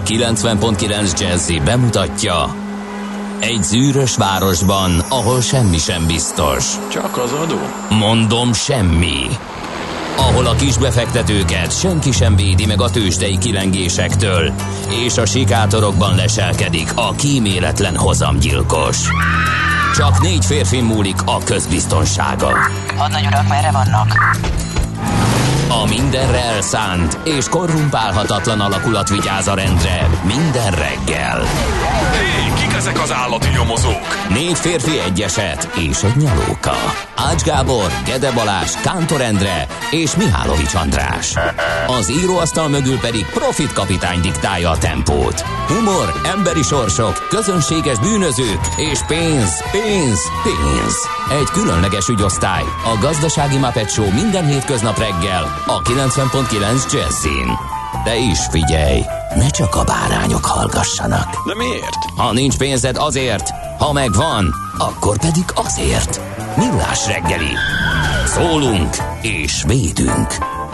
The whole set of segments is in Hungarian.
A 90.9 Jazzy bemutatja: egy zűrös városban, ahol semmi sem biztos. Csak az adó? Mondom, semmi. Ahol a kisbefektetőket senki sem védi meg a tőzsdei kilengésektől, és a sikátorokban leselkedik a kíméletlen hozamgyilkos. Csak 4 férfi múlik a közbiztonsága. Hadnagy urak, merre vannak? A mindenre elszánt és korrumpálhatatlan alakulat vigyáz a rendre minden reggel. Hé, kik ezek az állati nyomozók? 4 férfi, egy eset és egy nyalóka. Ács Gábor, Gede Balázs, Kántor Endre és Mihálovics András. Az íróasztal mögül pedig Profit kapitány diktálja a tempót. Humor, emberi sorsok, közönséges bűnözők és pénz, pénz, pénz. Egy különleges ügyosztály, a Gazdasági Muppet Show minden hétköznap reggel a 90.9 Jazzyn. De is figyelj, ne csak a bárányok hallgassanak. De miért? Ha nincs pénzed, azért, ha megvan, akkor pedig azért. Millás reggeli. Szólunk és védünk.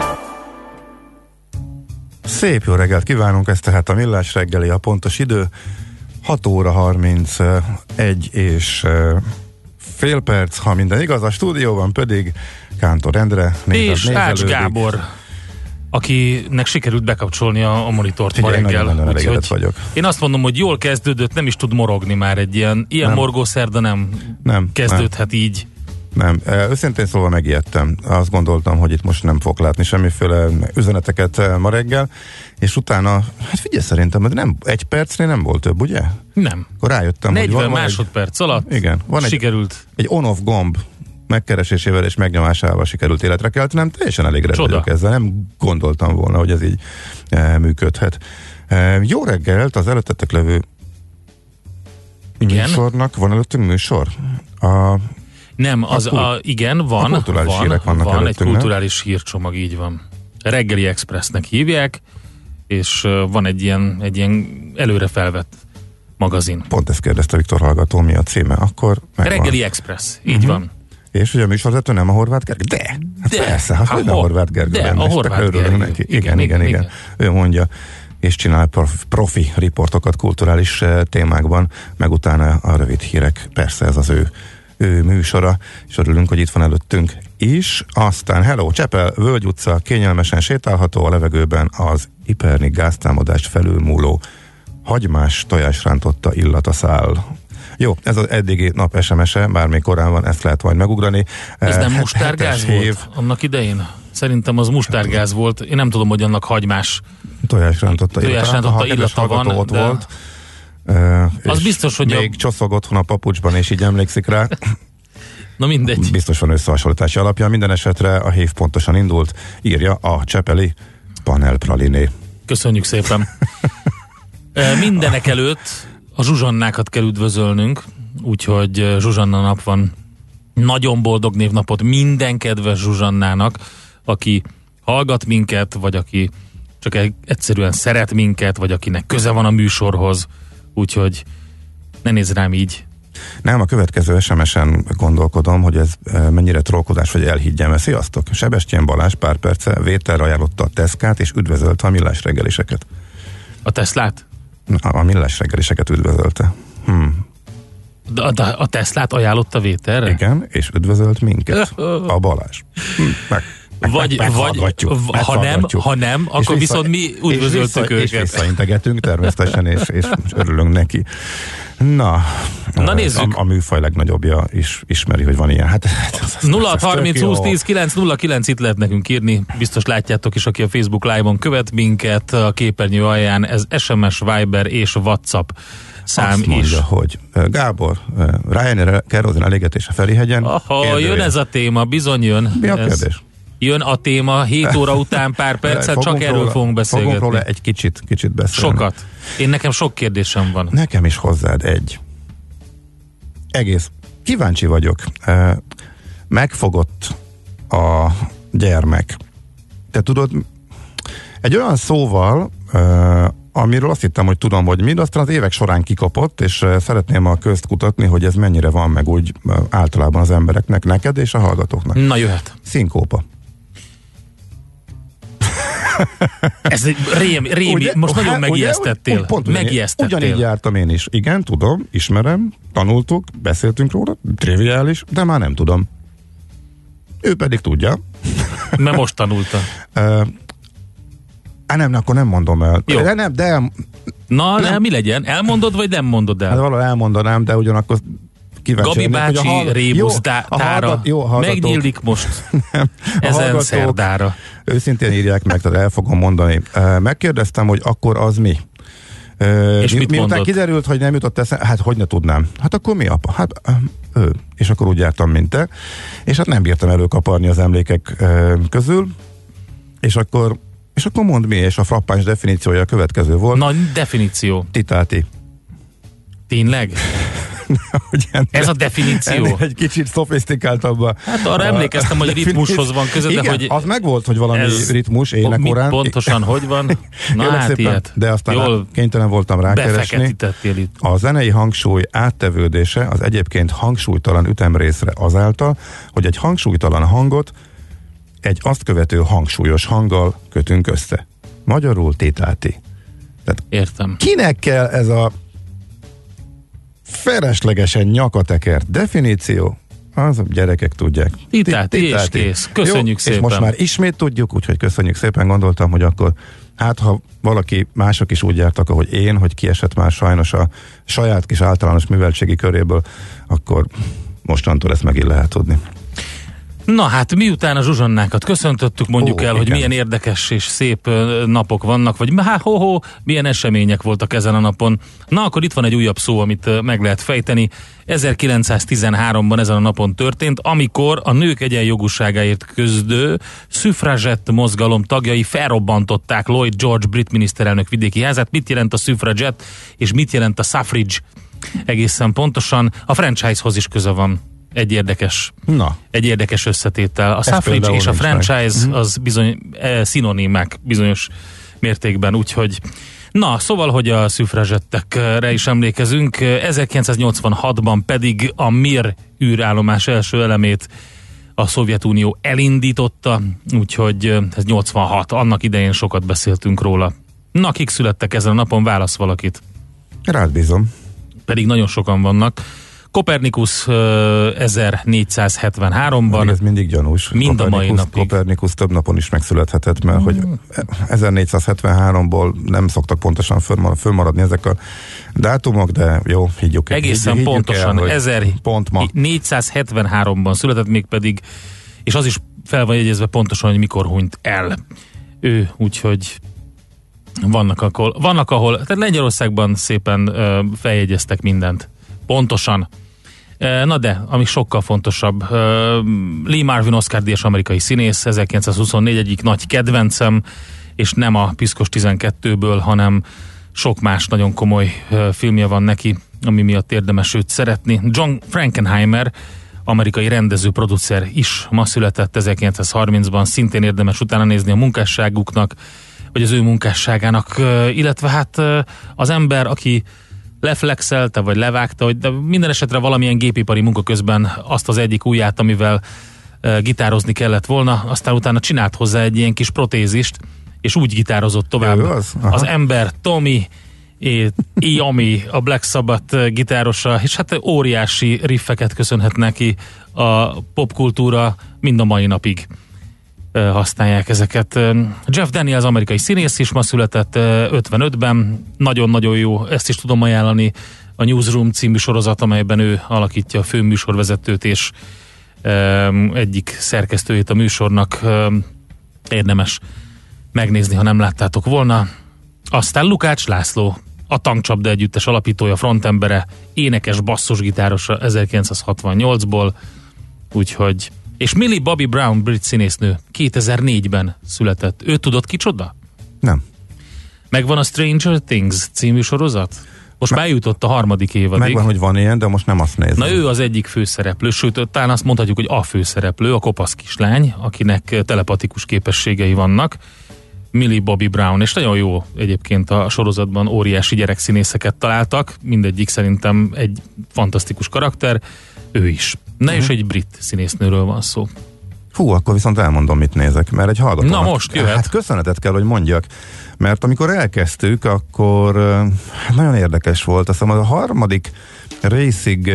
Szép jó reggelt kívánunk, ez tehát a Millás reggeli, a pontos idő 6 óra 31 és fél perc, ha minden igaz, a stúdióban pedig Kántor Endre és Ács Gábor, akinek sikerült bekapcsolni a monitort ma reggel. Nagyon elégedett vagyok. Én azt mondom, hogy jól kezdődött, nem is tud morogni már egy ilyen morgószerda nem kezdődhet így. Nem, őszintén szólva megijedtem. Azt gondoltam, hogy itt most nem fog látni semmiféle üzeneteket ma reggel, és utána, hát figyelj, szerintem nem, 1 percnél nem volt több, ugye? Nem. Akkor rájöttem, 40 hogy másodperc alatt igen, van sikerült. Egy on-off gomb megkeresésével és megnyomásával sikerült életre kelteni, nem teljesen elégedett vagyok ezzel. Nem gondoltam volna, hogy ez így működhet. Jó reggelt, az előttetek levő műsornak van előttünk műsor? Nem, igen, van. A kulturális hírek vannak van előttünk, egy kulturális hírcsomag, így van. Reggeli Expressnek hívják, és van egy ilyen előre felvett magazin. Pont ezt kérdezte Viktor hallgató, mi a címe, akkor megvan. Reggeli Express, így van. És ugye a műsorvezető nem a Horváth Gergő? De persze, hogy a Horváth Gergő benne. A Horváth Gergő. Neki. Igen. Ő mondja, és csinál profi riportokat kulturális témákban, meg utána a rövid hírek, persze ez az ő műsora, és örülünk, hogy itt van előttünk is. Aztán hello, Csepel, Völgy utca, kényelmesen sétálható a levegőben az Ipernik gáztámadást felülmúló hagymás tojásrántotta illata száll. Jó, ez az eddigi nap SMS-e, bár még korán van, ezt lehet majd megugrani. Ez nem mustárgáz volt annak idején? Szerintem az mustárgáz volt. Én nem tudom, hogy annak hagymás tojásrántotta illata van. Ott de... volt. Az biztos, hogy még csosszog otthon a papucsban, és így emlékszik rá. Na mindegy. Biztos van összehasonlítási alapja. Minden esetre a hév pontosan indult, írja a csepeli Panel Praliné. Köszönjük szépen. Mindenek előtt a Zsuzsannákat kell üdvözölnünk, úgyhogy Zsuzsanna nap van. Nagyon boldog névnapot minden kedves Zsuzsannának, aki hallgat minket, vagy aki csak egyszerűen szeret minket, vagy akinek köze van a műsorhoz, úgyhogy ne nézz rám így. Nem, a következő SMS-en gondolkodom, hogy ez mennyire trollkodás, vagy elhiggyem. Sziasztok! Sebestyén Balázs pár perce vételre ajánlotta a Teszkát, és üdvözölte a millás reggeliseket. A Teslát? A millás reggeliseket üdvözölte. De a Teslát ajánlotta vételre? Igen, és üdvözölt minket. A Balázs. Ha nem, akkor viszont mi üdvözöltük őket. És visszaintegetünk természetesen, és örülünk neki. Na nézzük. A műfaj legnagyobbja is ismeri, hogy van ilyen. Hát, 0630 20 10 909 itt lehet nekünk írni. Biztos látjátok is, aki a Facebook Live-on követ minket. A képernyő alján ez SMS, Viber és WhatsApp szám azt mondja, is. hogy Gábor, Ryanair kerozin elégetése Ferihegyen. Jön ez a téma, bizony jön. Mi a kérdés? Jön a téma, 7 óra után pár percet, csak erről fogunk beszélgetni. Fogunk róla egy kicsit beszélni. Sokat. Nekem sok kérdésem van. Nekem is hozzád egy. Egész kíváncsi vagyok. Megfogott a gyermek. Te tudod, egy olyan szóval, amiről azt hittem, hogy tudom, hogy mind, aztán az évek során kikapott, és szeretném a közt kutatni, hogy ez mennyire van meg úgy általában az embereknek, neked és a hallgatóknak. Na jöhet. Szinkópa. Ez egy rémi, Ugye, most nagyon hát, megijesztettél. Megijesztettél. Ugyanígy jártam én is. Igen, tudom, ismerem, tanultuk, beszéltünk róla, triviális, de már nem tudom. Ő pedig tudja. Mert most tanulta. Nem, akkor nem mondom el. Jó. De Na, mi legyen? Elmondod, vagy nem mondod el? hát valahol elmondanám, de ugyanakkor kíváncsi Gabi lennék, bácsi hogy rébusztára megnyílik most ezen szerdára. Őszintén írják meg, tehát el fogom mondani. Megkérdeztem, hogy akkor az mi? És mit miután mondott? kiderült, hogy nem jutott eszembe, hát hogy ne tudnám. Hát akkor mi apa? Hát ő. És akkor úgy jártam, mint te. És hát nem bírtam előkaparni az emlékek közül. És akkor mondd mi, és a frappáns definíciója a következő volt. Na, definíció. Titáti. Tényleg? Ez a definíció? Egy kicsit szofisztikáltabb. Hát arra emlékeztem, hogy ritmushoz van köze, igen, de hogy... az megvolt, hogy valami ritmus énekorán. Pontosan hogy van? Na Jól hát szépen, ilyet. de aztán Jól kénytelen voltam rákeresni. befeketítettél itt. A zenei hangsúly áttevődése az egyébként hangsúlytalan ütemrészre azáltal, hogy egy hangsúlytalan hangot egy azt követő hangsúlyos hanggal kötünk össze. Magyarul titáti. Értem. Kinek kell ez a feleslegesen nyakatekert definíció? Az a gyerekek tudják. Titáti és kész. Köszönjük jó, szépen. És most már ismét tudjuk, úgyhogy köszönjük szépen. Gondoltam, hogy akkor hát ha valaki mások is úgy jártak, ahogy én, hogy kiesett már sajnos a saját kis általános műveltségi köréből, akkor mostantól ezt megint lehet tudni. Na hát, miután a Zsuzsannákat köszöntöttük, mondjuk el, hogy igen. milyen érdekes és szép napok vannak, vagy milyen események voltak ezen a napon. Na, akkor itt van egy újabb szó, amit meg lehet fejteni. 1913-ban ezen a napon történt, amikor a nők egyenjogúságáért küzdő suffragette mozgalom tagjai felrobbantották Lloyd George brit miniszterelnök vidéki házát. Mit jelent a suffragette, és mit jelent a suffrage? Egészen pontosan a franchise-hoz is köze van. Egy érdekes összetétel. A suffrage és a franchise az bizony szinonimák bizonyos mértékben, úgyhogy na, szóval, hogy a szüfrazsettekre is emlékezünk. 1986-ban pedig a Mir űrállomás első elemét a Szovjetunió elindította, úgyhogy ez 86. Annak idején sokat beszéltünk róla. Na, kik születtek ezen a napon? Válasz valakit. Rád bízom. Pedig nagyon sokan vannak. Kopernikus 1473-ban. Ez mindig gyanús. Mind a mai napig. Kopernikus több napon is megszülethetett, mert hogy 1473-ból nem szoktak pontosan fölmaradni ezek a dátumok, de jó, higgyük. Egészen pontosan el, pont ma. 1473-ban született, még pedig, és az is fel van jegyezve pontosan, hogy mikor hunyt el ő, úgyhogy vannak ahol, tehát Lengyelországban szépen feljegyeztek mindent. Pontosan. Na de, ami sokkal fontosabb, Lee Marvin Oscar-díjas amerikai színész, 1924 egyik nagy kedvencem, és nem a Piszkos 12-ből, hanem sok más nagyon komoly filmje van neki, ami miatt érdemes őt szeretni. John Frankenheimer, amerikai rendező, producer is ma született 1930-ban, szintén érdemes utána nézni a munkásságuknak, vagy az ő munkásságának, illetve hát az ember, aki leflexelte, vagy levágta, de minden esetre valamilyen gépipari munka közben azt az egyik ujját, amivel gitározni kellett volna, aztán utána csinált hozzá egy ilyen kis protézist, és úgy gitározott tovább. Az ember Tommy Iommi, a Black Sabbath gitárosa, és hát óriási riffeket köszönhet neki a popkultúra, mind a mai napig használják ezeket. Jeff Daniels, amerikai színész is ma született 55-ben, nagyon-nagyon jó, ezt is tudom ajánlani, a Newsroom című sorozat, amelyben ő alakítja a főműsorvezetőt és egyik szerkesztőjét a műsornak, érdemes megnézni, ha nem láttátok volna. Aztán Lukács László, a Tankcsapda együttes alapítója, frontembere, énekes, basszusgitárosa 1968-ból, úgyhogy és Millie Bobby Brown, brit színésznő, 2004-ben született. Ő tudod kicsoda? Nem. Megvan a Stranger Things című sorozat? Most már jutott a 3. évadig. Megvan, hogy van ilyen, de most nem azt nézem. Na ő az egyik főszereplő, sőt, talán azt mondhatjuk, hogy a főszereplő, a kopasz kislány, akinek telepatikus képességei vannak. Millie Bobby Brown, és nagyon jó egyébként a sorozatban, óriási gyerekszínészeket találtak, mindegyik szerintem egy fantasztikus karakter, ő is. Na és egy brit színésznőről van szó. Hú, akkor viszont elmondom, mit nézek, mert egy hallgatónak... Na most jöhet. Hát köszönetet kell, hogy mondjak, mert amikor elkezdtük, akkor nagyon érdekes volt. Azt hiszem, a harmadik részig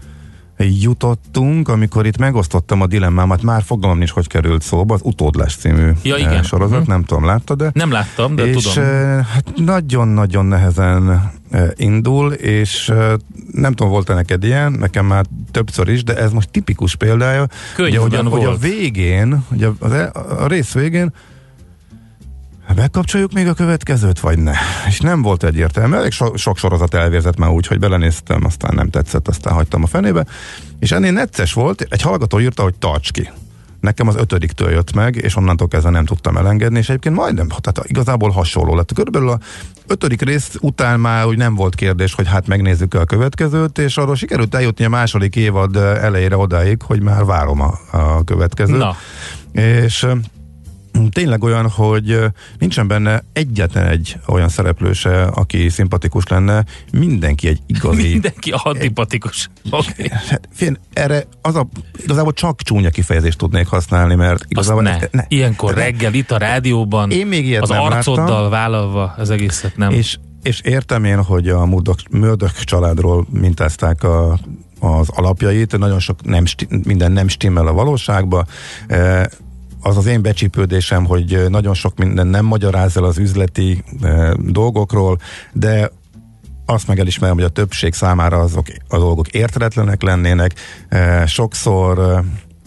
jutottunk, amikor itt megosztottam a dilemmámat, már fogalmam nincs, hogy került szóba, az Utódlás című sorozat, nem tudom, láttad, de... Nem láttam, de és, tudom. Hát nagyon-nagyon nehezen indul, és nem tudom, volt-e neked ilyen, nekem már többször is, de ez most tipikus példája, hogy a végén, ugye a rész végén megkapcsoljuk még a következőt, vagy ne? És nem volt egyértelmű. Elég sok sorozat elvérzett már úgy, hogy belenéztem, aztán nem tetszett, aztán hagytam a fenébe. És ennél necces volt, egy hallgató írta, hogy tarts ki. Nekem az 5-től jött meg, és onnantól kezdve nem tudtam elengedni, és egyébként majdnem, tehát igazából hasonló lett. Körülbelül a 5. rész után már úgy nem volt kérdés, hogy hát megnézzük a következőt, és arról sikerült eljutni a második évad elejére odáig, hogy már várom a következőt. Na. És tényleg olyan, hogy nincsen benne egyetlen egy olyan szereplő se, aki szimpatikus lenne, mindenki egy igazi... Mindenki antipatikus. Okay. Hát, erre igazából csak csúnya kifejezést tudnék használni, mert igazából... Ne. Ilyenkor reggel itt a rádióban én még ilyet az nem arcoddal láttam, vállalva az egészet nem. És értem én, hogy a Murdoch családról mintázták az alapjait, nagyon sok minden nem stimmel a valóságba, az én becsípődésem, hogy nagyon sok minden nem magyaráz el az üzleti dolgokról, de azt meg elismerem, hogy a többség számára a dolgok érthetetlenek lennének. Sokszor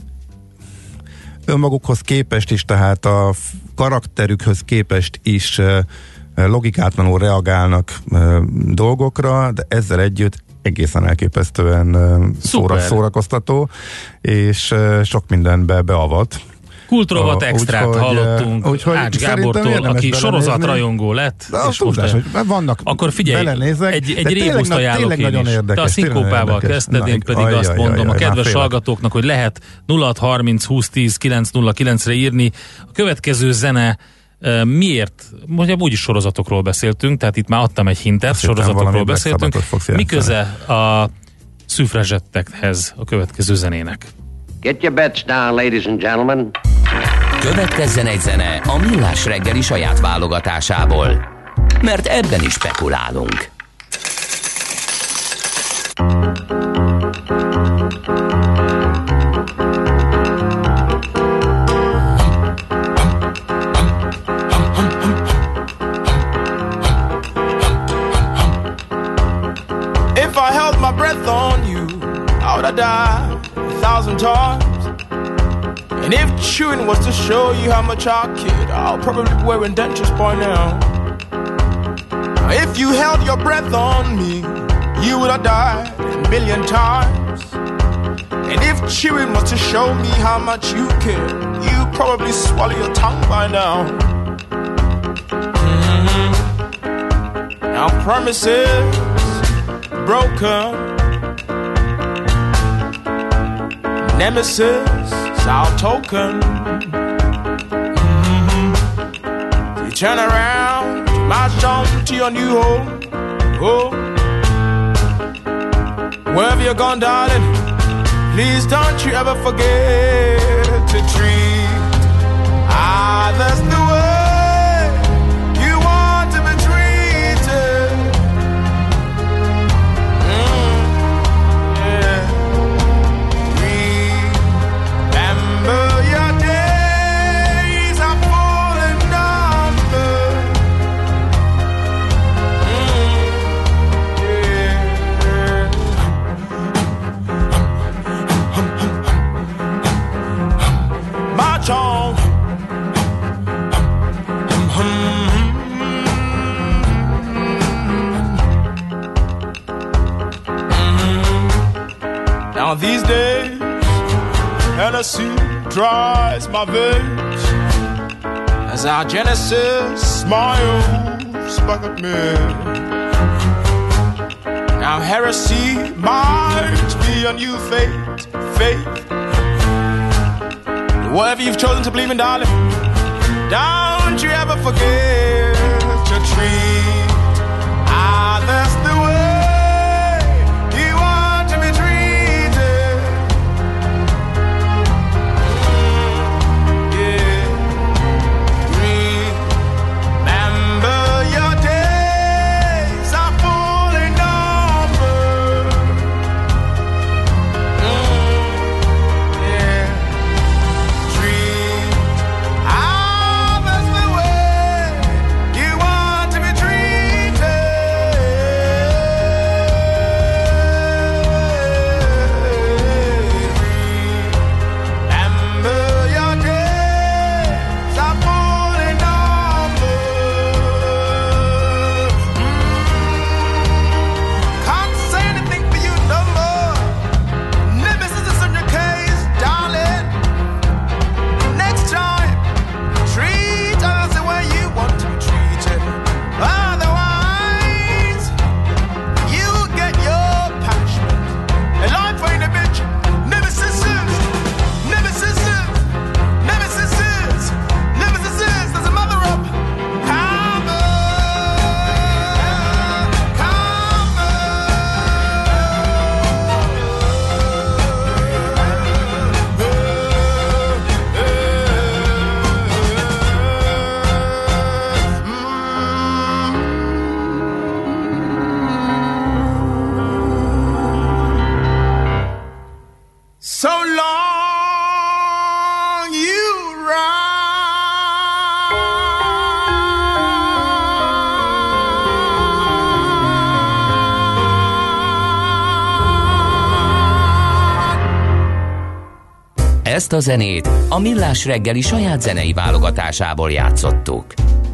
önmagukhoz képest is, tehát a karakterükhöz képest is logikátlanul reagálnak dolgokra, de ezzel együtt egészen elképesztően szórakoztató, és sok mindenbe beavat. Kultrovat extrát hallottunk Ács Gábortól, aki sorozatrajongó lett. És tudás, hogy vannak, akkor figyelj, egy rébuszt ajánlok én is. Te a szinkópával kezdted, én pedig azt mondom a kedves hallgatóknak, hogy lehet 0630 2010 909-re írni. A következő zene miért? Mondjam, úgyis sorozatokról beszéltünk, tehát itt már adtam egy hintet, sorozatokról beszéltünk. Mi köze a szüfrezsettekhez a következő zenének? Get your bets down, ladies and gentlemen. Következzen egy zene a Millás reggeli saját válogatásából, mert ebben is spekulálunk. If I held my breath on you, I would have died 1,000 times. And if chewing was to show you how much I kid, I'll probably be wearing dentures by now. If you held your breath on me, you would have died 1,000,000 times. And if chewing was to show me how much you care, you'd probably swallow your tongue by now. Now promises broken, nemesis our token. You turn around, march on to your new home. Oh, wherever you're gone, darling, please don't you ever forget to treat others the way you want to be treated. Yeah. Remember your days are full and numbered. March on. Now these days, Hennessy dries my veins as our Genesis smiles back at me. Now heresy might be a new faith. Whatever you've chosen to believe in, darling, don't you ever forget to treat others the way you want to be treated. Ezt a zenét a Millás reggeli saját zenei válogatásából játszottuk.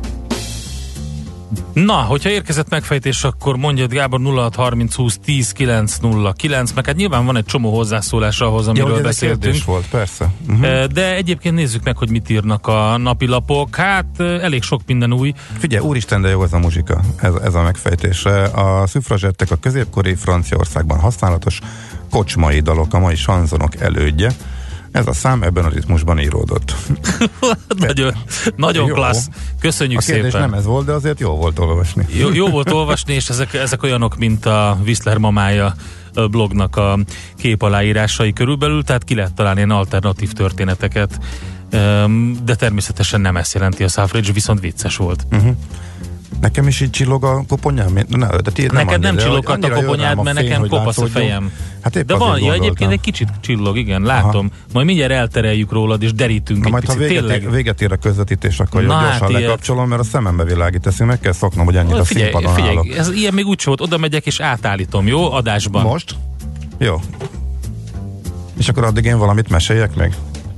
Na, hogyha érkezett megfejtés, akkor mondjad, Gábor, 0630 20 10 909, meg hát nyilván van egy csomó hozzászólás ahhoz, amiről beszéltünk. Volt, persze. De egyébként nézzük meg, hogy mit írnak a napilapok. Hát elég sok minden új. Figyelj, úristen, de jó ez a muzsika, ez a megfejtés. A szüfrazsettek a középkori Franciaországban használatos kocsmai dalok, a mai sanzonok elődje. Ez a szám ebben a ritmusban íródott. Nagyon klassz. Köszönjük szépen. A kérdés nem ez volt, de azért jó volt olvasni. Jó volt olvasni, és ezek olyanok, mint a Whistler mamája blognak a képaláírásai körülbelül, tehát ki lehet találni ilyen alternatív történeteket, de természetesen nem ezt jelenti a Suffrage, viszont vicces volt. Nekem is így csillog a koponyám? Neked nem csilloghat a koponyád, mert nekem kopasz a fejem. Hát de van, egyébként egy kicsit csillog, igen, látom. Aha. Majd mindjárt eltereljük rólad, és derítünk egy picit. Majd ha véget ér a közvetítés, akkor gyorsan lekapcsolom, mert a szemembe világít, ezt meg kell szoknom, hogy annyira színpadon állok. Ez ilyen még úgy volt, oda megyek és átállítom, jó? Adásban. Most? Jó. És akkor addig én valamit meséljek meg?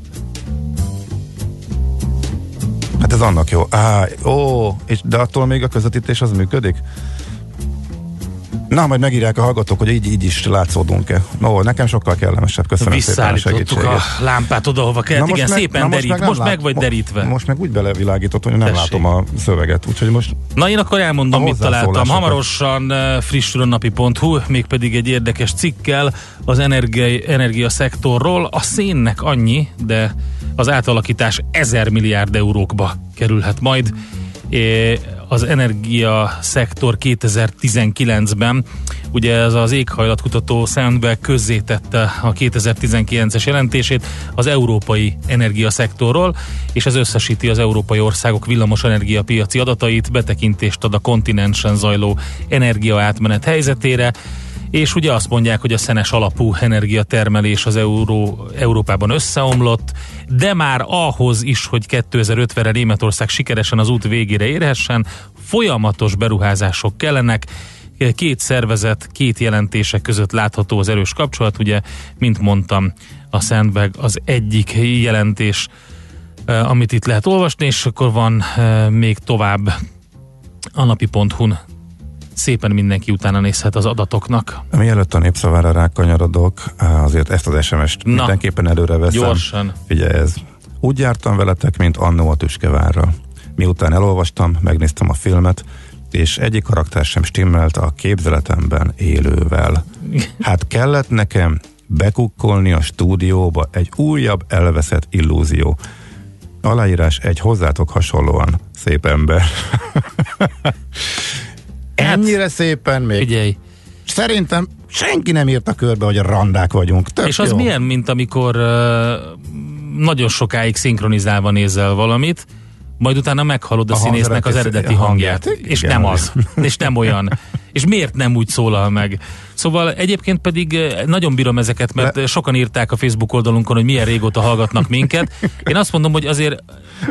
Hát ez annak jó. De attól még a közvetítés az működik? Na, majd megírják a hallgatók, hogy így is látszódunk-e. Nekem sokkal kellemesebb. Köszönöm szépen a segítséget. A lámpát oda, hova kell. Igen, szépen derít. Most meg vagy derítve. Most meg úgy belevilágított, hogy nem látom a szöveget. Úgyhogy most... Na, én akkor elmondom, mit találtam. Hamarosan frissül a napi.hu, mégpedig egy érdekes cikkel az energia szektorról. A szénnek annyi, de az átalakítás 1000 milliárd eurókba kerülhet majd. Az energiaszektor 2019-ben, ugye ez az éghajlatkutató Sandberg közzétette a 2019-es jelentését az európai energiaszektorról, és ez összesíti az európai országok villamos energiapiaci adatait, betekintést ad a kontinensen zajló energiaátmenet helyzetére, és ugye azt mondják, hogy a szenes alapú energiatermelés az Európában összeomlott, de már ahhoz is, hogy 2050-re Németország sikeresen az út végére érhessen, folyamatos beruházások kellenek. Két szervezet, két jelentések között látható az erős kapcsolat, ugye, mint mondtam, a Sandberg az egyik jelentés, amit itt lehet olvasni, és akkor van még tovább a napi.hu-n. Szépen mindenki utána nézhet az adatoknak. Mielőtt a népszavára rákanyarodok, azért ezt az SMS-t mindenképpen előre veszem. Gyorsan. Ugye ez. Úgy jártam veletek, mint annó a Tüskevárral. Miután elolvastam, megnéztem a filmet, és egyik karakter sem stimmelt a képzeletemben élővel. Hát kellett nekem bekukkolni a stúdióba egy újabb elveszett illúzió. Aláírás egy hozzátok hasonlóan szép ember. Ennyire szépen még. Figyelj. Szerintem senki nem írta körbe, hogy a randák vagyunk. Tök és az jó. Milyen, mint amikor nagyon sokáig szinkronizálva nézel valamit, majd utána meghallod a színésznek az eredeti hangját. És nem az. És nem olyan. És miért nem úgy szólal meg? Szóval egyébként pedig nagyon bírom ezeket, mert sokan írták a Facebook oldalunkon, hogy milyen régóta hallgatnak minket. Én azt mondom, hogy azért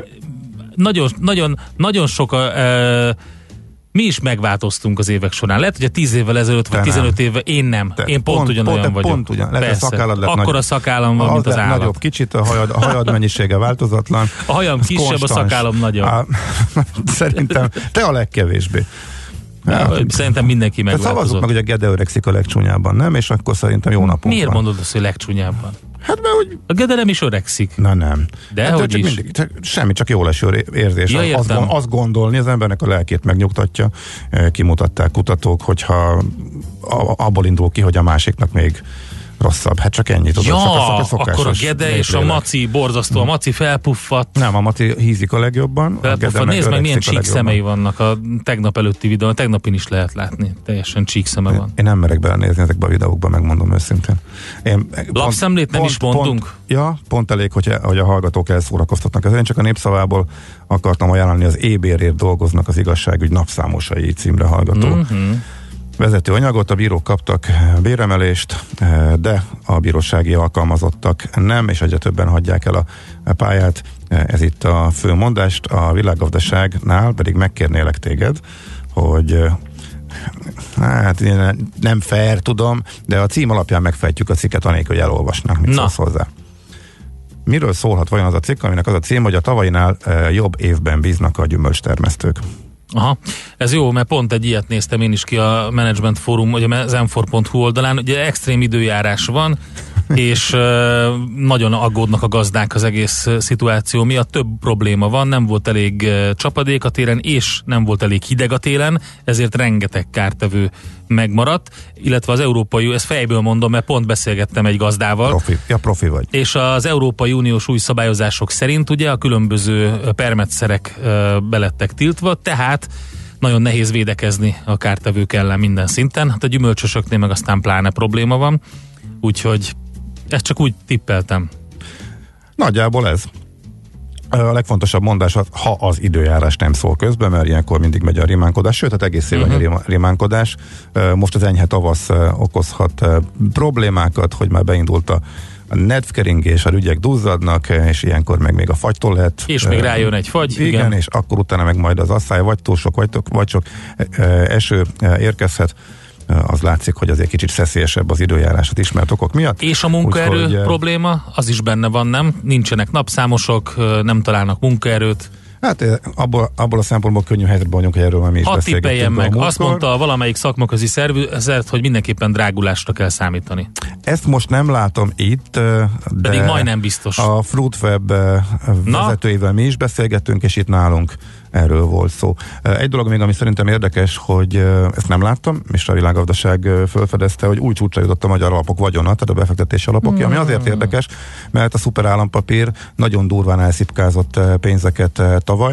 nagyon sok mi is megváltoztunk az évek során. Lehet, hogy a 10 évvel ezelőtt, vagy 15 évvel én nem. Én pont ugyanolyan vagyok. Pont ugyan. Lehet, a szakállad lett akkor a szakállam van, mint az állat. Nagyobb kicsit, a hajad mennyisége változatlan. A hajam kisebb, konstans. A szakállam nagyobb. Szerintem te a legkevésbé. Szerintem mindenki megváltozott. Szavazzuk meg, hogy a Gede öregszik a legcsúnyábban, nem? És akkor szerintem jó napunk Miért van. mondod azt, hogy legcsúnyábban? Hát mert hogy... A Gede nem is öregszik. Na nem. De hát hogy is. Semmi, csak jó leső érzés. Ja, azt gondolni, az embernek a lelkét megnyugtatja. Kimutatták kutatók, hogyha abból indul ki, hogy a másiknak még rosszabb. Hát csak ennyit. Akkor a Gede és a Maci borzasztó. A Maci felpuffadt. Nem, a Maci hízik a legjobban. Nézd meg, milyen csík szemei vannak a tegnap előtti videón. A tegnapin is lehet látni. Teljesen csík szeme van. Én nem merek belenézni ezekbe a videókba, megmondom őszintén. Lapszemlét nem is mondtunk? Pont elég, hogy a hallgatók elszórakoztatnak. Ezért én csak a Népszavából akartam ajánlani, az EBR-ért dolgoznak az igazságügy napszámosai címre hallgató. Vezető anyagot, a bírók kaptak béremelést, de a bírósági alkalmazottak nem, és egyre többen hagyják el a pályát. Ez itt a fő mondást. A világgazdaságnál pedig megkérnélek téged, hogy hát nem fair, tudom, de a cím alapján megfejtjük a cikket, anélkül, hogy elolvasnak, mit szólsz hozzá. Miről szólhat vajon az a cikk, aminek az a cím, hogy a tavainál jobb évben bíznak a gyümölcstermesztők? Aha, ez jó, mert pont egy ilyet néztem én is ki a Management Forum, vagy az m4.hu oldalán, ugye extrém időjárás van, és nagyon aggódnak a gazdák az egész szituáció miatt. Több probléma van, nem volt elég csapadék a télen, és nem volt elég hideg a télen, ezért rengeteg kártevő megmaradt, illetve az Európai, ezt fejből mondom, mert pont beszélgettem egy gazdával. Profi vagy. És az Európai Uniós új szabályozások szerint ugye a különböző permetszerek belettek tiltva, tehát nagyon nehéz védekezni a kártevők ellen minden szinten. Hát a gyümölcsösöknél meg aztán pláne probléma van, úgyhogy ezt csak úgy tippeltem. Nagyjából ez. A legfontosabb mondás az, ha az időjárás nem szól közben, mert ilyenkor mindig megy a rimánkodás, sőt, hát egész évben a rimánkodás. Most az enyhe tavasz okozhat problémákat, hogy már beindult a nedvkeringés, a rügyek duzzadnak, és ilyenkor meg még a fagytól lehet. És még rájön egy fagy. Igen, és akkor utána meg majd az asszály, vagy túl sok, vagy sok eső érkezhet. Az látszik, hogy azért kicsit szeszélyesebb az időjárásat ismert okok miatt. És a munkaerő probléma, az is benne van, nem? Nincsenek napszámosok, nem találnak munkaerőt. Hát abból a szempontból könnyű helyzetben vagyunk, hogy erről már mi is beszélgettünk. Meg. Azt mondta valamelyik szakmaközi szervezet, hogy mindenképpen drágulásra kell számítani. Ezt most nem látom itt, de pedig majdnem biztos. A Fruitweb vezetőivel mi is beszélgettünk, és itt nálunk erről volt szó. Egy dolog még, ami szerintem érdekes, hogy ezt nem láttam, és a Világgazdaság felfedezte, hogy új csúcsra jutott a magyar alapok vagyona, tehát a befektetési alapok, ami azért érdekes, mert a szuperállampapír nagyon durván elszipkázott pénzeket tavaly.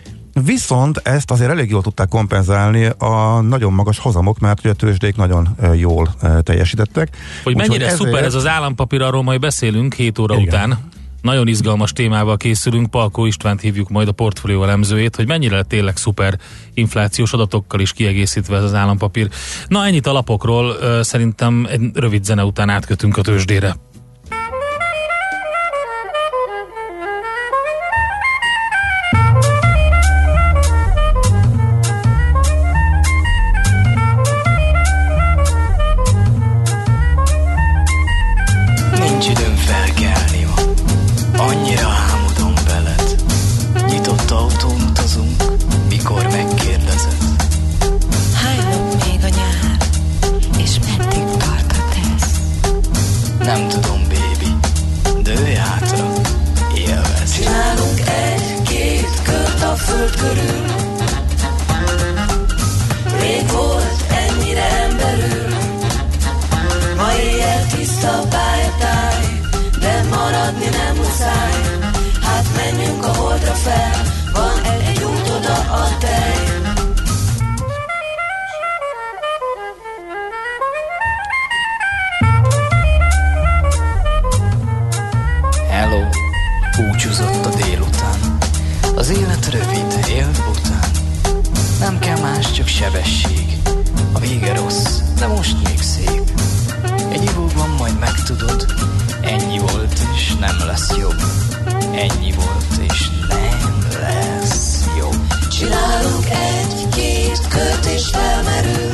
Viszont ezt azért elég jól tudták kompenzálni a nagyon magas hozamok, mert ugye a tőzsdék nagyon jól teljesítettek. Hogy mennyire szuper ez az állampapír, arról majd beszélünk 7 óra után. Nagyon izgalmas témával készülünk, Palkó Istvánt hívjuk majd, a portfólió elemzőjét, hogy mennyire tényleg szuper inflációs adatokkal is kiegészítve ez az állampapír. Na, ennyit a lapokról, szerintem egy rövid zene után átkötünk a tőzsdére. Nincs időm felkelni ma, annyira álmodom veled. Nyitott autón utazunk, mikor megkérdezed. Hányok még a nyár, és meddig tartat ez? Nem tudom, baby, dőlj hátra, élvezd. Csinálunk egy-két kört a föld körül. Rég volt ennyire emberül. Ma éjjel tiszta pályatáj, de maradni nem muszáj. Hát menjünk a holdra fel, van egy út oda a tej. Hello, búcsúzott a délután. Az élet rövid, él után. Nem kell más, csak sebesség. A vége rossz, de most még szép. Egy ivóban majd megtudod, ennyi volt és nem lesz jobb. Ennyi volt és nem lesz jobb. Csinálunk egy-két kört és felmerül,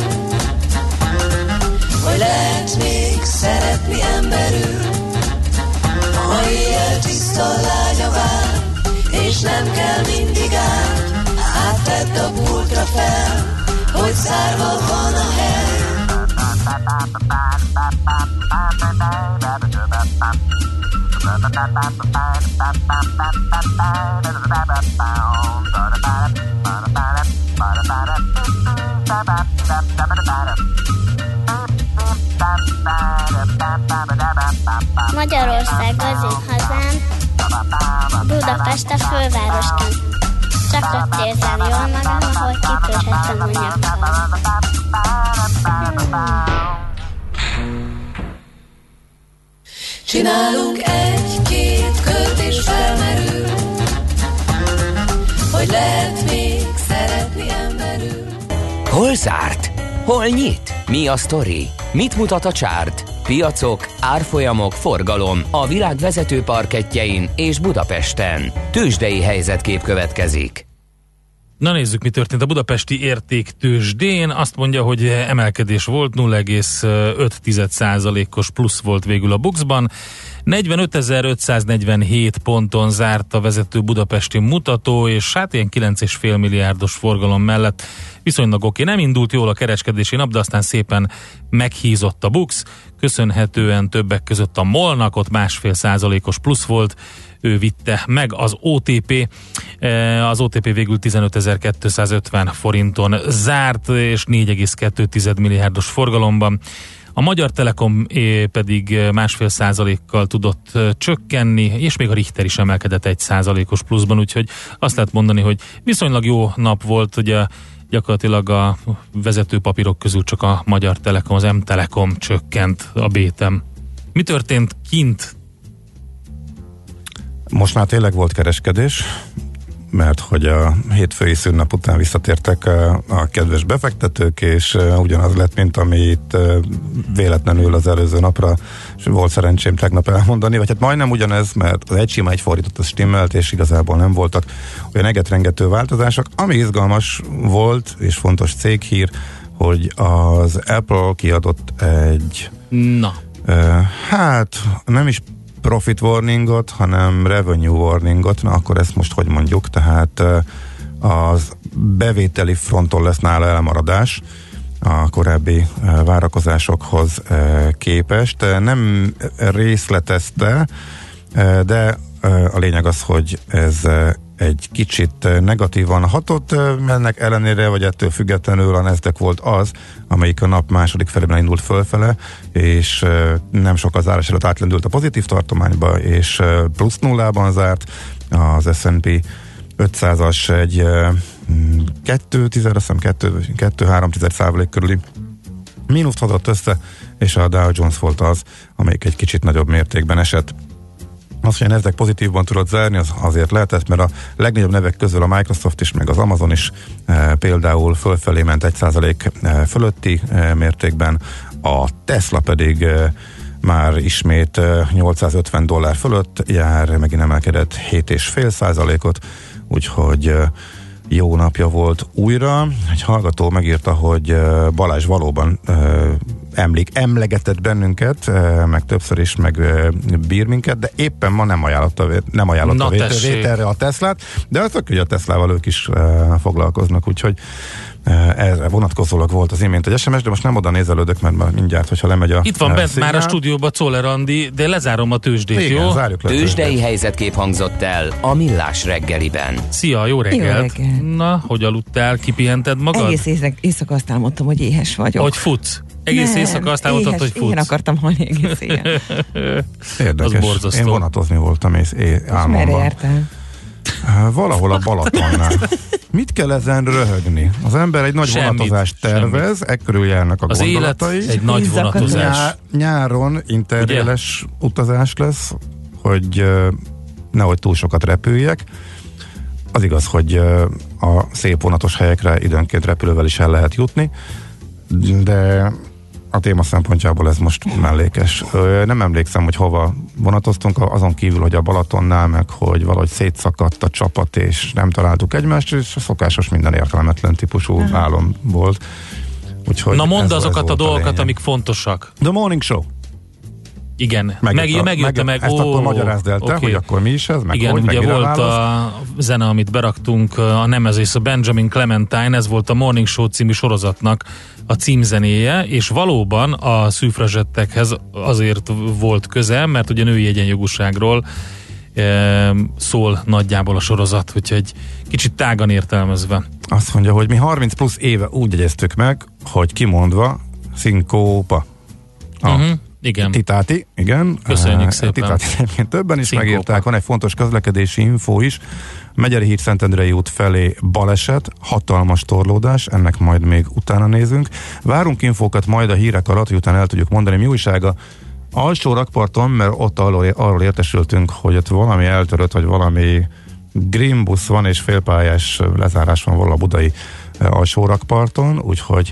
hogy lehet még szeretni emberül. Ha éjjel tiszta lágy a vár, és nem kell mindig át. Áttedd a pultra fel, hogy zárva van a hely. Magyarország az én hazám, Budapest a fővárosként. Csak ott érzem jól magam, ahol kitörhetem a nyakkal. Csinálunk egy-két kört és felmerül, hogy lehet még szeretni emberül. Hol zárt? Hol nyit? Mi a sztori? Mit mutat a csárt? Piacok, árfolyamok, forgalom a világ vezető parkettjein és Budapesten. Tőzsdei helyzetkép következik. Na nézzük, mi történt a budapesti értéktőzsdén. Azt mondja, hogy emelkedés volt, 0,5%-os plusz volt végül a BUX-ban. 45.547 ponton zárt a vezető budapesti mutató, és hát ilyen 9,5 milliárdos forgalom mellett viszonylag oké. Nem indult jól a kereskedési nap, de aztán szépen meghízott a BUX, köszönhetően többek között a MOL-nak, ott 1,5%-os plusz volt, ő vitte meg az OTP. Az OTP végül 15.250 forinton zárt, és 4,2 milliárdos forgalomban. A Magyar Telekom pedig 1,5%-kal tudott csökkenni, és még a Richter is emelkedett 1%-os pluszban, úgyhogy azt lehet mondani, hogy viszonylag jó nap volt, ugye gyakorlatilag a vezető papírok közül csak a Magyar Telekom, az M-Telekom csökkent a bétem. Mi történt kint? Most már tényleg volt kereskedés, mert hogy a hétfői szünnap után visszatértek a kedves befektetők, és ugyanaz lett, mint amit véletlenül az előző napra volt szerencsém tegnap elmondani, vagy hát majdnem ugyanez, mert az egy sima egy fordított, az stimmelt, és igazából nem voltak olyan egetrengető változások. Ami izgalmas volt, és fontos céghír, hogy az Apple kiadott egy hát nem is profit warningot, hanem revenue warningot, na akkor ezt most hogy mondjuk, tehát az bevételi fronton lesz nála elmaradás a korábbi várakozásokhoz képest. Nem részletezte, de a lényeg az, hogy ez egy kicsit negatívan hatott, ennek ellenére, vagy ettől függetlenül a Nasdaq volt az, amelyik a nap második felében indult fölfele, és nem sok az zárás előtt átlendült a pozitív tartományba, és plusz nullában zárt. Az S&P 500-as egy 2,3% körüli mínuszt hozott össze, és a Dow Jones volt az, amelyik egy kicsit nagyobb mértékben esett. Az, hogy a Nasdaq pozitívban tudott zárni, az azért lehetett, mert a legnagyobb nevek közül a Microsoft is, meg az Amazon is például fölfelé ment 1% fölötti mértékben, a Tesla pedig már ismét $850 fölött jár, megint emelkedett 7,5%-ot, úgyhogy jó napja volt újra. Egy hallgató megírta, hogy Balázs valóban emlegetett bennünket, meg többször is, meg bír minket, de éppen ma nem ajánlotta vételre a Teslát, de az tök, hogy a Teslával ők is foglalkoznak, úgyhogy erre vonatkozólag volt az imént egy SMS, de most nem oda nézelődök, mert már mindjárt, hogyha lemegy a itt van bent már a stúdióban Czoller Andi, de lezárom a tőzsdét, igen, jó? Tőzsdei helyzetkép hangzott el a Millás reggeliben. Szia, jó reggelt! Jó reggelt. Na, hogy aludtál, kipihented magad? Egész éjszaka azt álmodtam, hogy éhes vagyok. Hogy futsz? Egész éjszaka azt álmodtad, hogy futsz? Én akartam halni egész éjjel. Érdekes. Én vonatozni voltam álmomban. Merre jártál? Valahol a Balatonnál. Mit kell ezen röhögni? Az ember egy nagy vonatozást tervez, ekkörül járnak a gondolatai. Az élet egy nagy vonatozás. Nyáron interréles utazás lesz, hogy nehogy túl sokat repüljek. Az igaz, hogy a szép vonatos helyekre időnként repülővel is el lehet jutni, de a téma szempontjából ez most mellékes. Nem emlékszem, hogy hova vonatoztunk, azon kívül, hogy a Balatonnál, meg hogy valahogy szétszakadt a csapat, és nem találtuk egymást, és a szokásos minden értelmetlen típusú álom volt. Úgyhogy na mondd azokat a dolgokat, amik fontosak. The Morning Show. Igen, megírta meg. Ezt akkor magyarázd el te, hogy akkor mi is ez, meg igen, hogy, ugye meg volt a zene, amit beraktunk, a Nemesis, a Benjamin Clementine, ez volt a Morning Show című sorozatnak a címzenéje, és valóban a szűfrazsettekhez azért volt köze, mert ugye női egyenjogúságról szól nagyjából a sorozat, úgyhogy kicsit tágan értelmezve. Azt mondja, hogy mi 30 plusz éve úgy jegyeztük meg, hogy kimondva szinkópa. Igen. Titáti, igen. Köszönjük szépen. Titáti egyébként többen is Szinkópa. megírták, van egy fontos közlekedési infó is. Megyeri híd Szentendrei út felé baleset, hatalmas torlódás, ennek majd még utána nézünk. Várunk infókat majd a hírek alatt, hogy utána el tudjuk mondani, mi újság a alsó rakparton, mert ott arról értesültünk, hogy ott valami eltörött, vagy valami greenbusz van, és félpályás lezárás van valahol a budai alsó rakparton, úgyhogy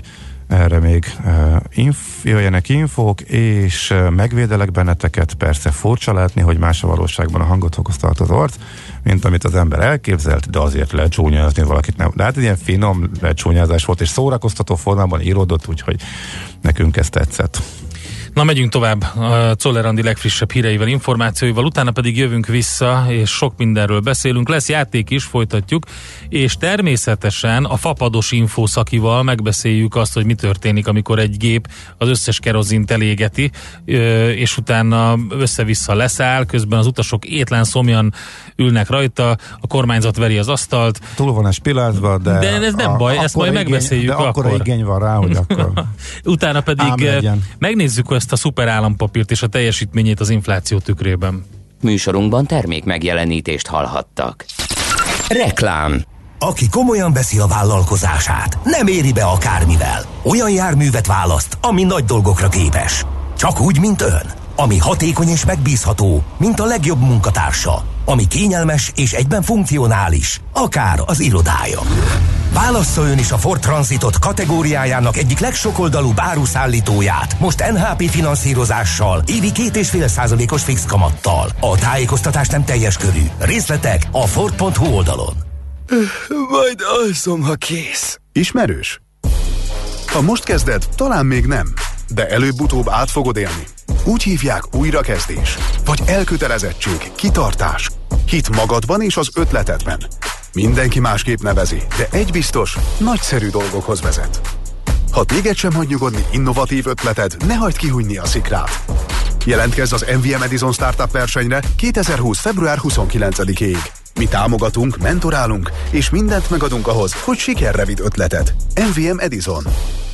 erre még jöjjenek infók, és megvédelek benneteket. Persze furcsa látni, hogy más a valóságban a hangot tart az arc, mint amit az ember elképzelt, de azért lecsúnyázni valakit nem. De hát egy ilyen finom lecsúnyázás volt, és szórakoztató formában íródott, úgyhogy nekünk ez tetszett. Na, megyünk tovább Czoller Andi legfrissebb híreivel, információival, utána pedig jövünk vissza, és sok mindenről beszélünk. Lesz játék is, folytatjuk, és természetesen a fapados infószakival megbeszéljük azt, hogy mi történik, amikor egy gép az összes kerozint elégeti, és utána össze-vissza leszáll, közben az utasok étlen szomjan ülnek rajta, a kormányzat veri az asztalt. Túl van espilázva, de ez nem baj, ezt majd megbeszéljük. De akkora igény van rá, hogy akkor... Utána pedig megnézzük ezt a szuper állampapírt és a teljesítményét az infláció tükrében. Műsorunkban termék megjelenítést hallhattak. Reklám. Aki komolyan veszi a vállalkozását, nem éri be akármivel. Olyan járművet választ, ami nagy dolgokra képes. Csak úgy, mint ön. Ami hatékony és megbízható, mint a legjobb munkatársa. Ami kényelmes és egyben funkcionális, akár az irodája. Válassza ön is a Ford Transitot kategóriájának egyik legsokoldalúbb áruszállítóját, most NHP finanszírozással, évi 2,5%-os fix kamattal. A tájékoztatás nem teljes körű. Részletek a Ford.hu oldalon. Majd alszom, ha kész. Ismerős? Ha most kezded, talán még nem, de előbb-utóbb át fogod élni. Úgy hívják újrakezdés, vagy elkötelezettség, kitartás, hit magadban és az ötletedben. Mindenki másképp nevezi, de egy biztos, nagyszerű dolgokhoz vezet. Ha téged sem hagy nyugodni innovatív ötleted, ne hagyd kihújni a szikrát. Jelentkezz az MVM Edison Startup versenyre 2020. február 29-ig. Mi támogatunk, mentorálunk, és mindent megadunk ahhoz, hogy sikerre vidd ötleted. MVM Edison.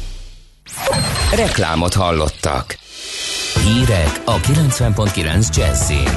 Reklámot hallottak. Hírek a 90.9 Jazzin.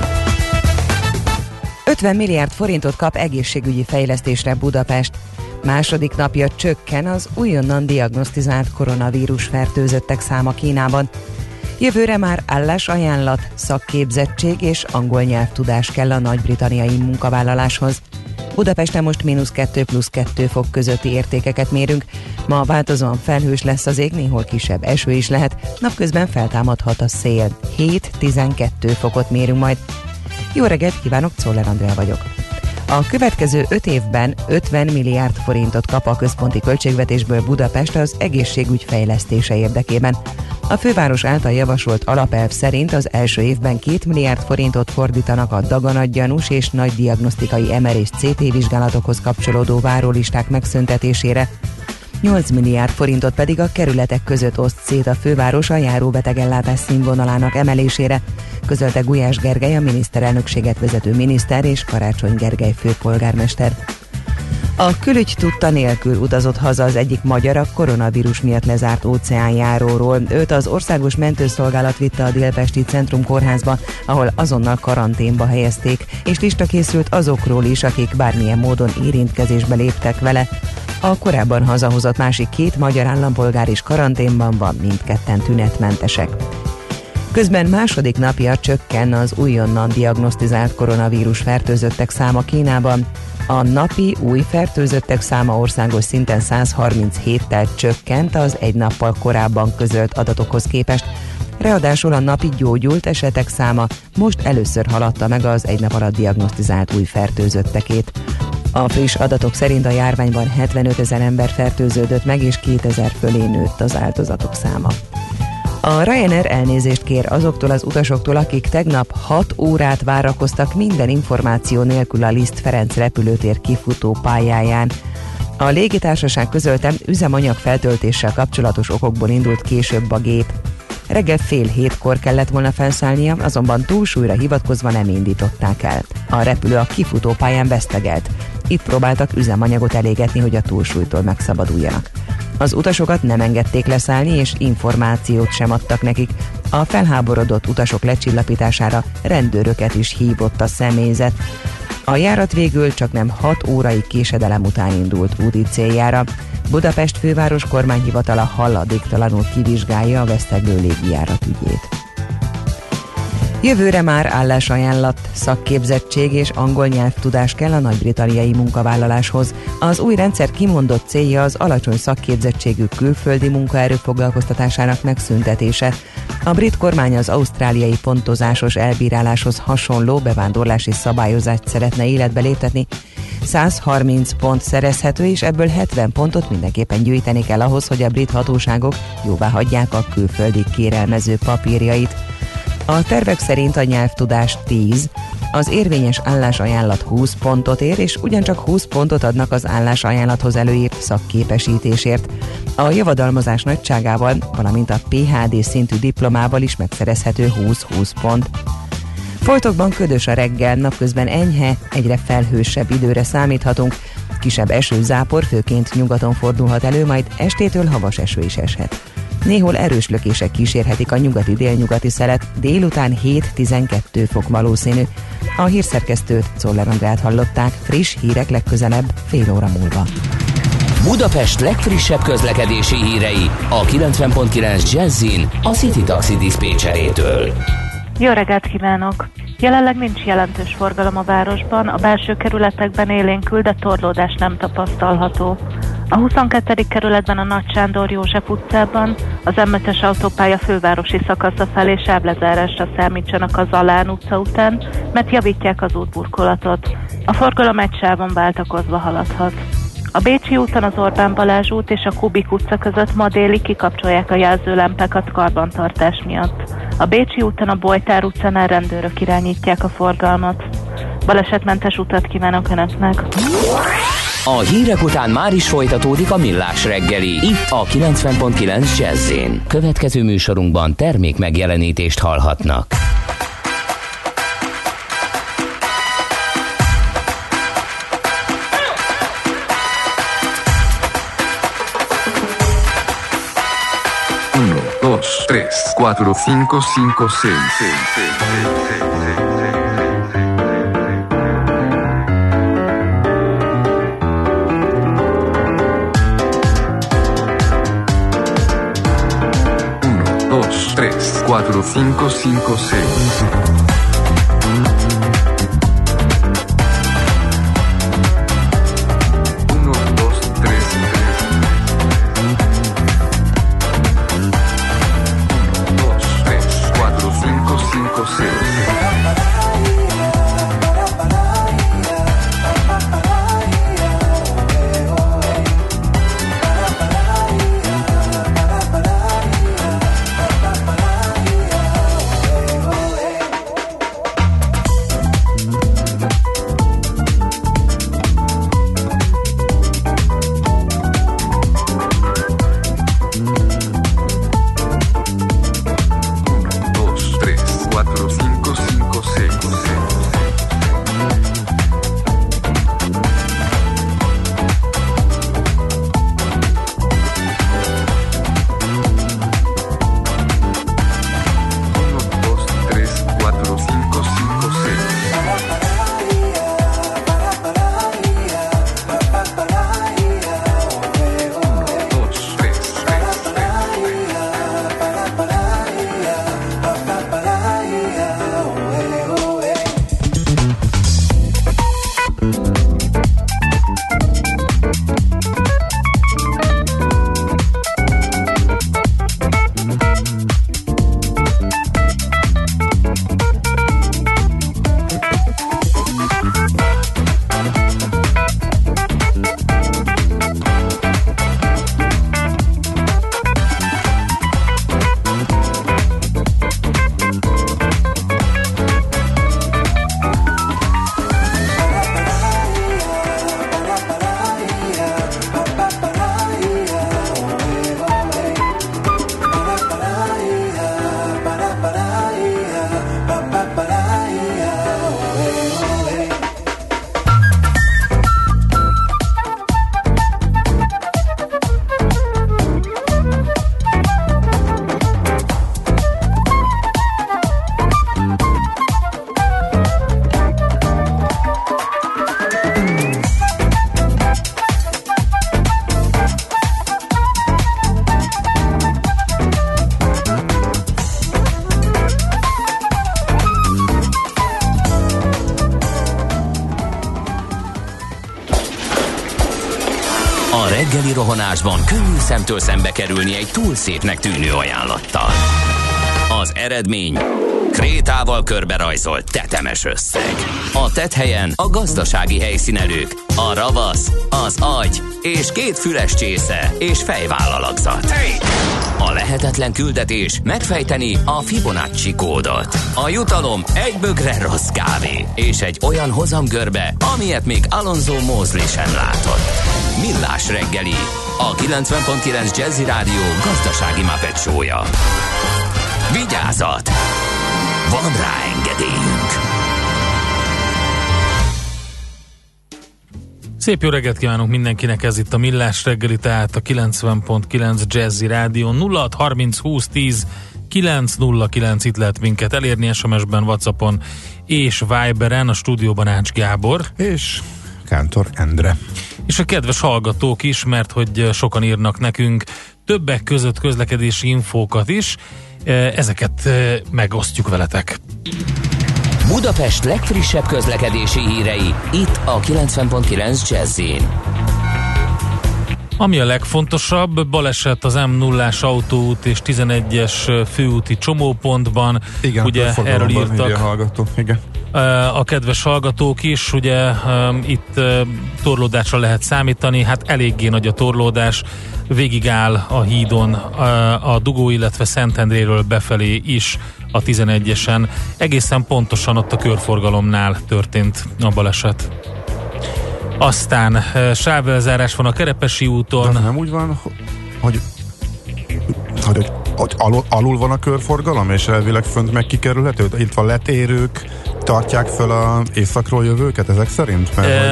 50 milliárd forintot kap egészségügyi fejlesztésre Budapest. Második napja csökken az újonnan diagnosztizált koronavírus fertőzöttek száma Kínában. Jövőre már állásajánlat, szakképzettség és angol nyelvtudás kell a nagy-britanniai munkavállaláshoz. Budapesten most -2 + 2 fok közötti értékeket mérünk. Ma változóan felhős lesz az ég, néhol kisebb eső is lehet, napközben feltámadhat a szél. 7-12 fokot mérünk majd. Jó reggelt kívánok, Czoller Andrea vagyok. A következő 5 évben 50 milliárd forintot kap a központi költségvetésből Budapest az egészségügy fejlesztése érdekében. A főváros által javasolt alapelv szerint az első évben 2 milliárd forintot fordítanak a daganatgyanús és nagy diagnosztikai MR és CT vizsgálatokhoz kapcsolódó várólisták megszüntetésére, 8 milliárd forintot pedig a kerületek között oszt szét a főváros a járóbetegellátás színvonalának emelésére, közölte Gulyás Gergely, a miniszterelnökséget vezető miniszter és Karácsony Gergely főpolgármester. A külügy tudta nélkül utazott haza az egyik magyar a koronavírus miatt lezárt óceánjáróról. Őt az Országos Mentőszolgálat vitte a Délpesti Centrum Kórházba, ahol azonnal karanténba helyezték, és lista készült azokról is, akik bármilyen módon érintkezésbe léptek vele. A korábban hazahozott másik 2 magyar állampolgár is karanténban van, mindketten tünetmentesek. Közben második napja csökken az újonnan diagnosztizált koronavírus fertőzöttek száma Kínában. A napi új fertőzöttek száma országos szinten 137-tel csökkent az egy nappal korábban közölt adatokhoz képest. Ráadásul a napi gyógyult esetek száma most először haladta meg az egy nap alatt diagnosztizált új fertőzöttekét. A friss adatok szerint a járványban 75 000 ember fertőződött meg, és 2000 fölé nőtt az áldozatok száma. A Ryanair elnézést kér azoktól az utasoktól, akik tegnap 6 órát várakoztak minden információ nélkül a Liszt Ferenc repülőtér kifutó pályáján. A légitársaság közölte, üzemanyag feltöltéssel kapcsolatos okokból indult később a gép. Reggel 6:30-kor kellett volna felszállnia, azonban túlsúlyra hivatkozva nem indították el. A repülő a kifutópályán vesztegelt. Itt próbáltak üzemanyagot elégetni, hogy a túlsúlytól megszabaduljanak. Az utasokat nem engedték leszállni, és információt sem adtak nekik. A felháborodott utasok lecsillapítására rendőröket is hívott a személyzet. A járat végül csaknem 6 órai késedelem után indult úti céljára. Budapest főváros kormányhivatala haladéktalanul kivizsgálja a veszteglő légijárat ügyét. Jövőre már állásajánlat, szakképzettség és angol nyelvtudás kell a nagy-britanniai munkavállaláshoz. Az új rendszer kimondott célja az alacsony szakképzettségű külföldi munkaerő foglalkoztatásának megszüntetése. A brit kormány az ausztráliai pontozásos elbíráláshoz hasonló bevándorlási szabályozást szeretne életbe léptetni. 130 pont szerezhető, és ebből 70 pontot mindenképpen gyűjteni kell ahhoz, hogy a brit hatóságok jóvá hagyják a külföldi kérelmező papírjait. A tervek szerint a nyelvtudás 10, az érvényes állásajánlat 20 pontot ér, és ugyancsak 20 pontot adnak az állásajánlathoz előírt szakképesítésért. A javadalmazás nagyságával, valamint a PhD szintű diplomával is megszerezhető 20-20 pont. Folytokban ködös a reggel, napközben enyhe, egyre felhősebb időre számíthatunk. Kisebb esőzápor főként nyugaton fordulhat elő, majd estétől havas eső is eshet. Néhol erős lökések kísérhetik a nyugati-délnyugati szelet, délután 7-12 fok valószínű. A hírszerkesztőt, Czoller Andrát hallották, friss hírek legközelebb fél óra múlva. Budapest legfrissebb közlekedési hírei a 90.9 Jazzin a City Taxi diszpécserétől. Jó reggelt kívánok! Jelenleg nincs jelentős forgalom a városban, a belső kerületekben élénkül, de torlódás nem tapasztalható. A 22. kerületben a Nagy Sándor József utcában az M5-es autópálya fővárosi szakasza felé sávlezárásra számítsanak az Alán utca után, mert javítják az útburkolatot. A forgalom egy sávon váltakozva haladhat. A Bécsi úton az Orbán Balázs út és a Kubik utca között ma délig kikapcsolják a jelzőlámpákat karbantartás miatt. A Bécsi úton a Bojtár utcánál rendőrök irányítják a forgalmat. Balesetmentes utat kívánok Önöknek! A hírek után már is folytatódik a Millás reggeli, itt a 90.9 Jazz-én. Következő műsorunkban termék megjelenítést hallhatnak. Uno, dos, tres, cuatro, cinco, cinco, seis. 3, 4, 5, 5, 6. rohanásban könnyű szemtől szembe kerülni egy túl szépnek tűnő ajánlattal. Az eredmény krétával körberajzolt tetemes összeg. A tetthelyen a gazdasági helyszínelők, a ravasz, az agy és 2 füles csésze és fejvállalakzat. A lehetetlen küldetés megfejteni a Fibonacci kódot. A jutalom egy bögre rossz kávé és egy olyan hozamgörbe, amilyet még Alonso Mosley sem látott. Millás reggeli, a 90.9 Jazzy Rádió gazdasági Muppet show-ja. Vigyázat! Van rá engedélyünk! Szép jó reggelt kívánunk mindenkinek, ez itt a Millás reggeli, tehát a 90.9 Jazzy Rádió. 0630 20 10 909, itt lehet minket elérni SMS-ben, WhatsAppon és Viberen, a stúdióban Ács Gábor. És Kántor Endre. És a kedves hallgatók is, mert hogy sokan írnak nekünk többek között közlekedési infókat is, ezeket megosztjuk veletek. Budapest legfrissebb közlekedési hírei, itt a 90.9 Jazzyn. Ami a legfontosabb, baleset az M0-ás autóút és 11-es főúti csomópontban. Igen, ugye erről írtak hallgató. Igen. A kedves hallgatók is, ugye itt torlódásra lehet számítani, hát eléggé nagy a torlódás, végigáll a hídon a Dugó, illetve Szentendréről befelé is a 11-esen. Egészen pontosan ott a körforgalomnál történt a baleset. Aztán sávlezárás van a Kerepesi úton. De nem úgy van, hogy alul van a körforgalom, és elvileg fönt meg kikerülhető? Itt van letérők, tartják föl a északról jövőket ezek szerint?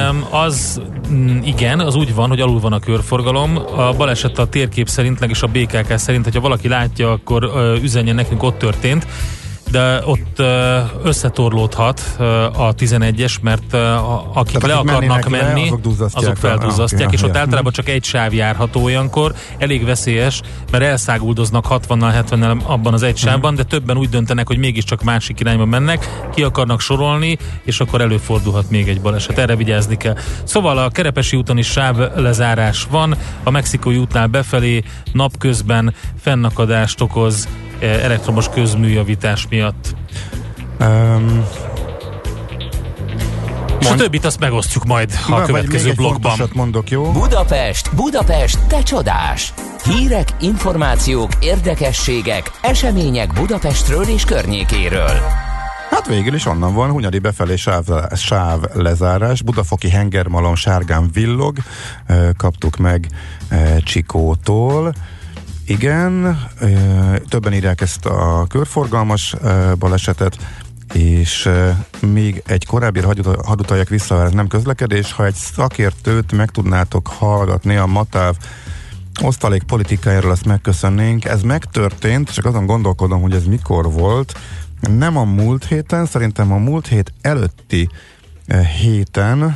Igen, az úgy van, hogy alul van a körforgalom. A baleset a térkép szerint, és a BKK szerint, hogyha valaki látja, akkor üzenjen nekünk, ott történt. De ott összetorlódhat a 11-es, mert akik le akarnak menni, azok felduzzasztják, és ott általában csak egy sáv járható olyankor, elég veszélyes, mert elszáguldoznak 60-nal, 70-nel abban az egy sávban, de többen úgy döntenek, hogy mégiscsak másik irányba mennek, ki akarnak sorolni, és akkor előfordulhat még egy baleset. Erre vigyázni kell. Szóval a Kerepesi úton is sávlezárás van, a Mexikói útnál befelé napközben fennakadást okoz elektromos közműjavítás miatt. És a többit azt megosztjuk majd a következő blogban. Mondok, jó? Budapest, te csodás! Hírek, információk, érdekességek, események Budapestről és környékéről. Hát végül is onnan van, Hunyadi befelé sávlezárás, Budafoki hengermalom sárgán villog, kaptuk meg Csikótól. Igen, többen írják ezt a körforgalmas balesetet, és még egy korábbi hadd utaljak vissza, ez nem közlekedés, ha egy szakértőt meg tudnátok hallgatni a MATÁV osztalék politikájáról, azt megköszönnénk. Ez megtörtént, csak azon gondolkodom, hogy ez mikor volt. Nem a múlt héten, szerintem a múlt hét előtti héten,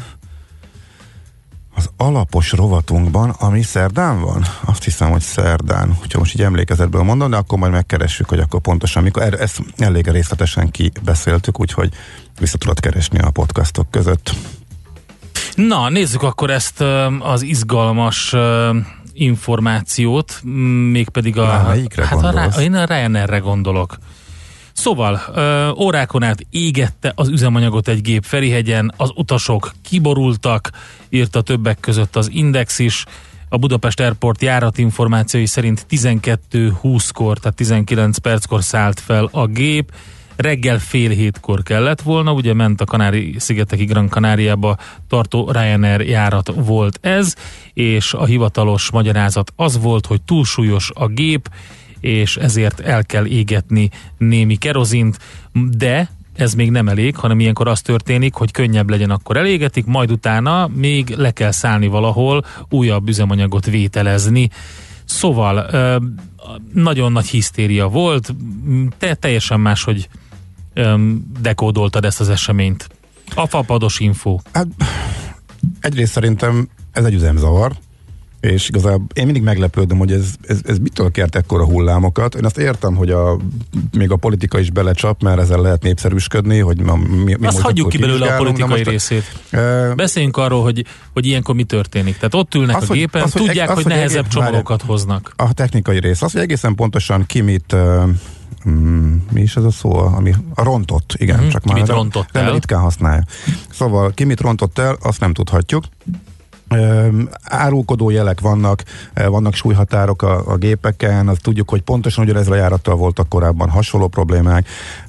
az alapos rovatunkban, ami szerdán van? Azt hiszem, hogy szerdán. Úgyhogy most így emlékezetből mondom, de akkor majd megkeressük, hogy akkor pontosan mikor. Ezt elég részletesen kibeszéltük, úgyhogy vissza tudod keresni a podcastok között. Na, nézzük akkor ezt az izgalmas információt, mégpedig én a Ryanairre gondolok. Szóval, órákon át égette az üzemanyagot egy gép Ferihegyen, az utasok kiborultak, írta többek között az Index is. A Budapest Airport járatinformációi szerint 12:20-kor, tehát 19 perckor szállt fel a gép. Reggel 6:30 kellett volna, ugye ment a Kanári-szigetekig, Gran Canariába tartó Ryanair járat volt ez, és a hivatalos magyarázat az volt, hogy túlsúlyos a gép, és ezért el kell égetni némi kerozint, de ez még nem elég, hanem ilyenkor az történik, hogy könnyebb legyen, akkor elégetik, majd utána még le kell szállni valahol, újabb üzemanyagot vételezni. Szóval nagyon nagy hisztéria volt, te teljesen máshogy dekódoltad ezt az eseményt. A fapados info. Hát, egyrészt szerintem ez egy üzemzavar, És igazából én mindig meglepődöm, hogy ez mitől kert ekkora hullámokat. Én azt értem, hogy még a politika is belecsap, mert ezzel lehet népszerűsködni, hogy azt hagyjuk ki belőle a politikai részét. Beszéljünk arról, hogy ilyenkor mi történik. Tehát ott ülnek a gépen, tudják, hogy nehezebb csomagokat hoznak. A technikai rész. Az, hogy egészen pontosan ki mit... mi is ez a szó? A rontott, igen. Csak ki mit rontott el? De ritkán használja. Szóval ki mit rontott el, azt nem tudhatjuk. Árulkodó jelek vannak súlyhatárok a gépeken, azt tudjuk, hogy pontosan ugyanezzel a járattal voltak korábban hasonló problémák.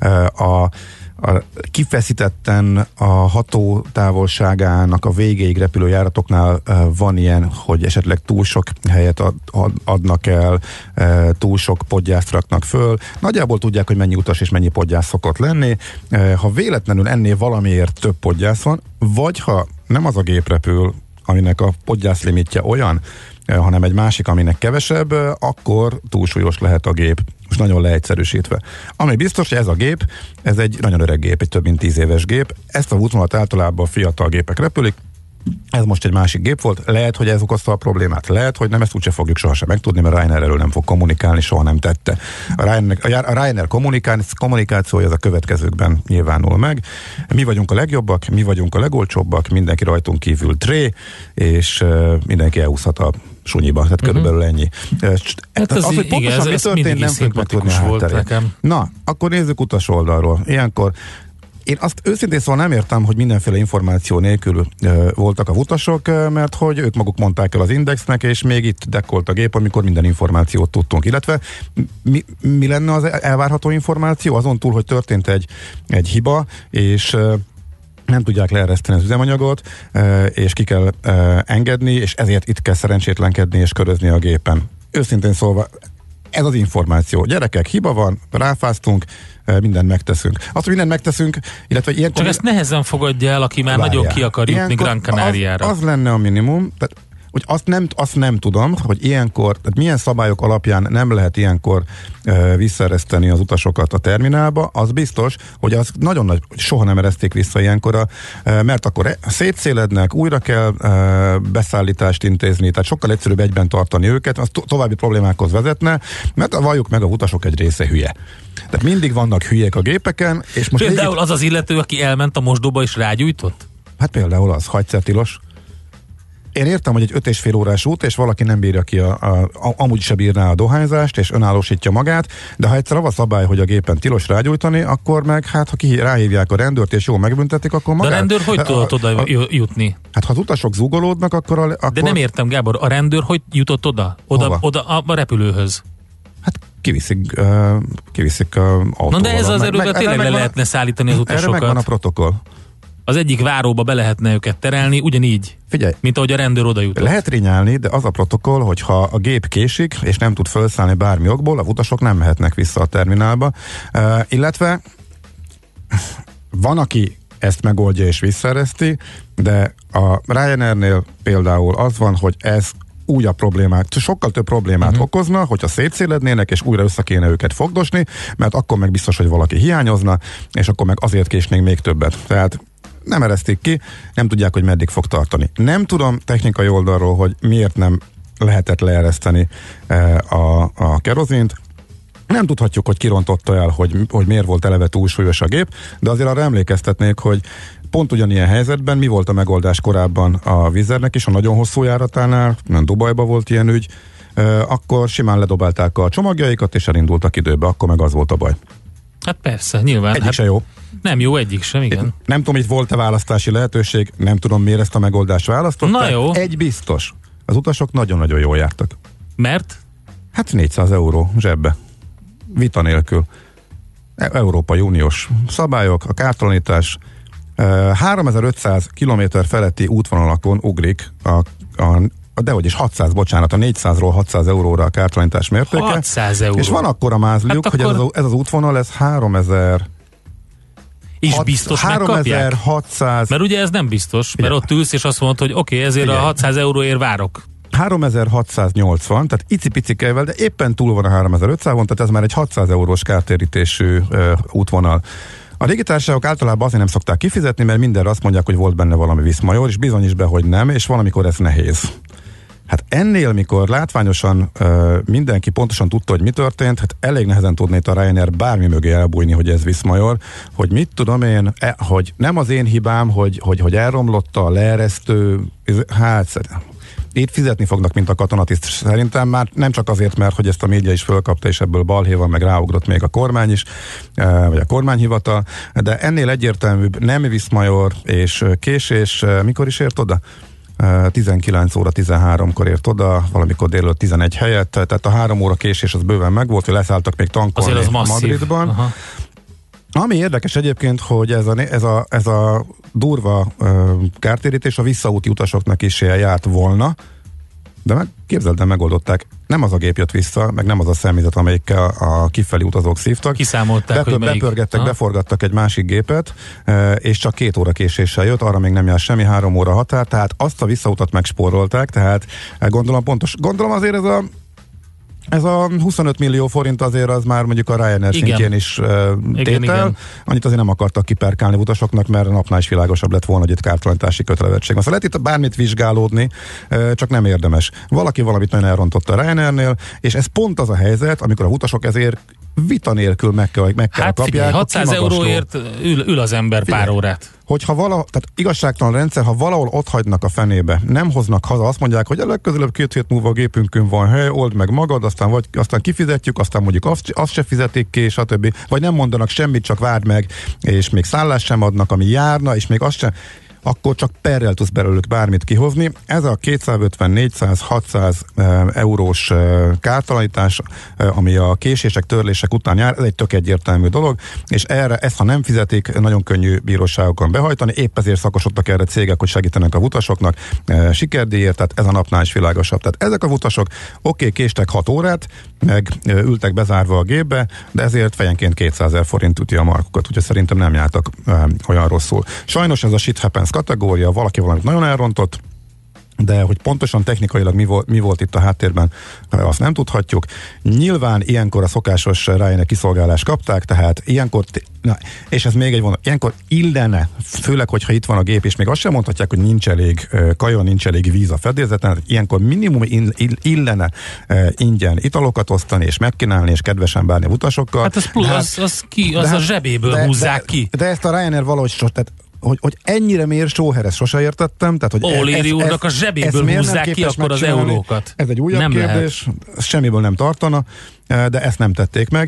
Kifeszítetten a hatótávolságának a végéig repülő járatoknál van ilyen, hogy esetleg túl sok helyet adnak el, túl sok podgyászt raknak föl. Nagyjából tudják, hogy mennyi utas és mennyi podgyász szokott lenni. Ha véletlenül ennél valamiért több podgyász van, vagy ha nem az a gép repül, aminek a podgyász limitje olyan, hanem egy másik, aminek kevesebb, akkor túlsúlyos lehet a gép. Most nagyon leegyszerűsítve. Ami biztos, hogy ez a gép, ez egy nagyon öreg gép, egy több mint 10 éves gép. Ezt a útvonalat általában fiatal gépek repülik. Ez most egy másik gép volt. Lehet, hogy ez okozta a problémát. Lehet, hogy nem, ezt úgyse fogjuk sohasem megtudni, mert Ryanair erről nem fog kommunikálni, soha nem tette. A Ryanair kommunikációja az a következőkben nyilvánul meg. Mi vagyunk a legjobbak, mi vagyunk a legolcsóbbak, mindenki rajtunk kívül tré, és mindenki elúszhat a sunyiba. Tehát körülbelül ennyi. Hát az, hogy pontosan mi történt, nem fogjuk megtudni a hátterét. Na, akkor nézzük utas oldalról. Ilyenkor én azt őszintén szóval nem értem, hogy mindenféle információ nélkül voltak a utasok, mert hogy ők maguk mondták el az Indexnek, és még itt dekkolt a gép, amikor minden információt tudtunk. Illetve mi lenne az elvárható információ? Azon túl, hogy történt egy hiba, és nem tudják leereszteni az üzemanyagot, és ki kell engedni, és ezért itt kell szerencsétlenkedni és körözni a gépen. Őszintén szólva, ez az információ. Gyerekek, hiba van, ráfáztunk, mindent megteszünk. Azt, hogy mindent megteszünk, illetve ilyenkor... Csak ezt nehezen fogadja el, aki már nagyon ki akar jutni Gran Canariára. Az lenne a minimum, tehát hogy azt nem tudom, hogy ilyenkor, tehát milyen szabályok alapján nem lehet ilyenkor visszaereszteni az utasokat a terminálba, az biztos, hogy az nagyon nagy, soha nem ereszték vissza ilyenkor, mert akkor szétszélednek, újra kell beszállítást intézni, tehát sokkal egyszerűbb egyben tartani őket, az további problémákhoz vezetne, mert valljuk meg, a utasok egy része hülye. Tehát mindig vannak hülyek a gépeken, és most... Például az az illető, aki elment a mosdóba és rágyújtott? Hát például az, hagyszertilos. Én értem, hogy egy 5,5 órás út, és valaki nem bírja ki amúgy se bírná a dohányzást, és önállósítja magát, de ha egyszer az a szabály, hogy a gépen tilos rágyújtani, akkor meg, hát ha ráhívják a rendőrt, és jól megbüntetik, akkor magát... De a rendőr hogy tudott oda jutni? Hát ha az utasok zugolódnak, akkor... De nem értem, Gábor, a rendőr hogy jutott oda? Oda a repülőhöz? Hát kiviszik autóval. Na de ez az erőben tényleg le lehetne szállítani az utasokat. Erre megvan a protokoll. Az egyik váróba be lehetne őket terelni, ugyanígy, figyelj, mint ahogy a rendőr oda jutott. Lehet rinyálni, de az a protokoll, hogy ha a gép késik, és nem tud felszállni bármi okból, a utasok nem mehetnek vissza a terminálba. Illetve van, aki ezt megoldja és visszaereszti, de a Ryanairnél például az van, hogy ez újabb problémát, sokkal több problémát okozna, hogyha szétszélednének, és újra össze kéne őket fogdosni, mert akkor meg biztos, hogy valaki hiányozna, és akkor meg azért késnénk még többet. Tehát nem eresztik ki, nem tudják, hogy meddig fog tartani. Nem tudom technikai oldalról, hogy miért nem lehetett leereszteni a kerozint. Nem tudhatjuk, hogy kirontotta el, hogy miért volt eleve túlsúlyos a gép, de azért arra emlékeztetnék, hogy pont ugyanilyen helyzetben mi volt a megoldás korábban a Wizzernek is, a nagyon hosszú járatánál, Dubajban volt ilyen ügy, akkor simán ledobálták a csomagjaikat, és elindultak időbe, akkor meg az volt a baj. Hát persze, nyilván. Egyik se jó. Nem jó, egyik sem, igen. Nem tudom, hogy volt-e választási lehetőség, nem tudom, miért ezt a megoldást választották. Na jó. Egy biztos. Az utasok nagyon-nagyon jól jártak. Mert? Hát 400 euró zsebbe. Vita nélkül. Európai Uniós szabályok, a kártalanítás 3500 km feletti útvonalakon ugrik dehogy is 600, bocsánat, a 400-ról 600 euróra a kártalanítás mértéke. 600 euró. És van akkora mázliuk, hát akkor... hogy ez az útvonal, ez 3000... És biztos 3600... Mert ugye ez nem biztos, mert ott ülsz, és azt mondod, hogy oké, ezért a 600 euróért várok. 3680, tehát icipicikeivel, de éppen túl van a 3500-on, tehát ez már egy 600 eurós kártérítésű útvonal. A légitársaságok általában azért nem szokták kifizetni, mert mindenre azt mondják, hogy volt benne valami viszmajor, és bizonyos be, hogy nem, és valamikor ez nehéz. Hát ennél, mikor látványosan mindenki pontosan tudta, hogy mi történt, hát elég nehezen tudné itt a Ryanair bármi mögé elbújni, hogy ez Viszmajor, hogy mit tudom én, hogy nem az én hibám, hogy elromlott a leeresztő, hát itt fizetni fognak, mint a katonatiszt. Szerintem már nem csak azért, mert hogy ezt a média is fölkapta, és ebből balhé van, meg ráugrott még a kormány is, vagy a kormányhivatal, de ennél egyértelműbb nem Viszmajor és késés, mikor is ért oda? 19 óra 13-kor ért oda, valamikor délelőtt 11 helyett, tehát a 3 óra késés az bőven megvolt, hogy leszálltak még tankolni Madridban. Aha. Ami érdekes egyébként, hogy ez a durva kártérítés a visszaúti utasoknak is járt volna, de képzeld el, megoldották. Nem az a gép jött vissza, meg nem az a személyzet, amelyikkel a kifelé utazók szívtak. Kiszámolták, hogy melyik. Bepörgettek, beforgattak egy másik gépet, és csak 2 óra késéssel jött, arra még nem jár semmi, 3 óra határ, tehát azt a visszautat megspórolták, tehát gondolom azért ez a 25 millió forint azért az már mondjuk a Ryanair szintjén is tétel. Igen. Annyit azért nem akartak kiperkálni utasoknak, mert a napnál is világosabb lett volna, hogy itt kártalanítási kötelezettség. Most lehet itt bármit vizsgálódni, csak nem érdemes. Valaki valamit nagyon elrontott a Ryanairnél, és ez pont az a helyzet, amikor a utasok ezért vita nélkül meg kell kapják. Figyelj, 600 euróért ül az ember pár órát. Hogyha tehát igazságtalan rendszer, ha valahol ott hagynak a fenébe, nem hoznak haza, azt mondják, hogy a legközelebb 2 hét múlva a gépünkön van hely, old meg magad, aztán kifizetjük, aztán mondjuk azt se fizetik ki, stb. Vagy nem mondanak semmit, csak várd meg, és még szállást sem adnak, ami járna, és még azt sem, akkor csak perrel tudsz belőlük bármit kihozni. Ez a 250, 400, 600 eurós kártalanítás, ami a késések, törlések után jár, ez egy tök egyértelmű dolog, és ezt ha nem fizetik, nagyon könnyű bíróságokon behajtani, épp ezért szakosodtak erre cégek, hogy segítenek a utasoknak sikerdíjért, tehát ez a napnál is világosabb. Tehát ezek a utasok késtek 6 órát, meg ültek bezárva a gépbe, de ezért fejenként 200 000 forint üti a markukat, úgyhogy szerintem nem jártak olyan rosszul. Sajnos ez a shit happens kategória, valaki valamit nagyon elrontott, de hogy pontosan technikailag mi volt itt a háttérben, azt nem tudhatjuk. Nyilván ilyenkor a szokásos Ryanair kiszolgálást kapták, tehát ilyenkor, és ez még egy vonat, ilyenkor illene, főleg, hogyha itt van a gép, és még azt sem mondhatják, hogy nincs elég kaja, nincs elég víz a fedélzeten, ilyenkor minimum illene ingyen italokat osztani, és megkínálni, és kedvesen bánni utasokkal. Hát az plusz, az a zsebéből húzzák ki. De ezt a Ryanair valahogy hogy ennyire miért sóheres, sose értettem. Tehát, hogy Óléri úrnak a zsebéből húzzák ki akkor az eurókat. Ez egy újabb kérdés, semmiből nem tartana, de ezt nem tették meg.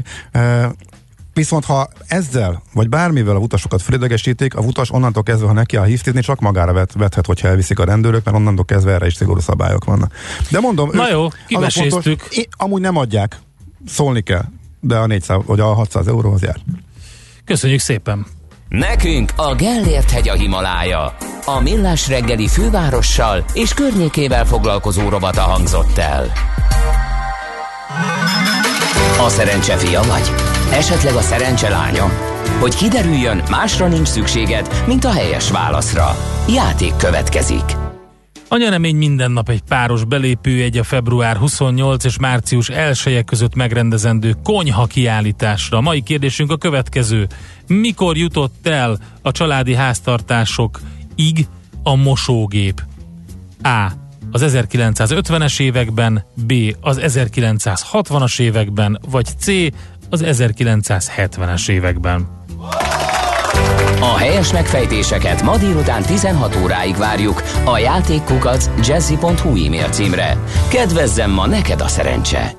Viszont ha ezzel, vagy bármivel a utasokat fölidegesítik, a utas onnantól kezdve, ha neki a hívtizni, csak magára vethet, hogyha elviszik a rendőrök, mert onnantól kezdve erre is szigorú szabályok vannak. De mondom, na jó, kiveséztük. Amúgy nem adják, szólni kell, de a 400 vagy a 600 euróhoz jár. Köszönjük szépen! Nekünk a Gellért-hegy a Himalája. A Millás reggeli fővárossal és környékével foglalkozó rovata hangzott el. A szerencse fia vagy? Esetleg a szerencse lánya? Hogy kiderüljön, másra nincs szükséged, mint a helyes válaszra. Játék következik. A nyeremény minden nap egy páros belépőjegy a február 28 és március 1-e között megrendezendő konyha kiállításra. Mai kérdésünk a következő. Mikor jutott el a családi háztartásokig a mosógép? A. Az 1950-es években, B. Az 1960-as években, vagy C. Az 1970-es években. A helyes megfejtéseket ma délután 16 óráig várjuk a játékkukac@jazzy.hu e-mail címre. Kedvezzem ma neked a szerencse!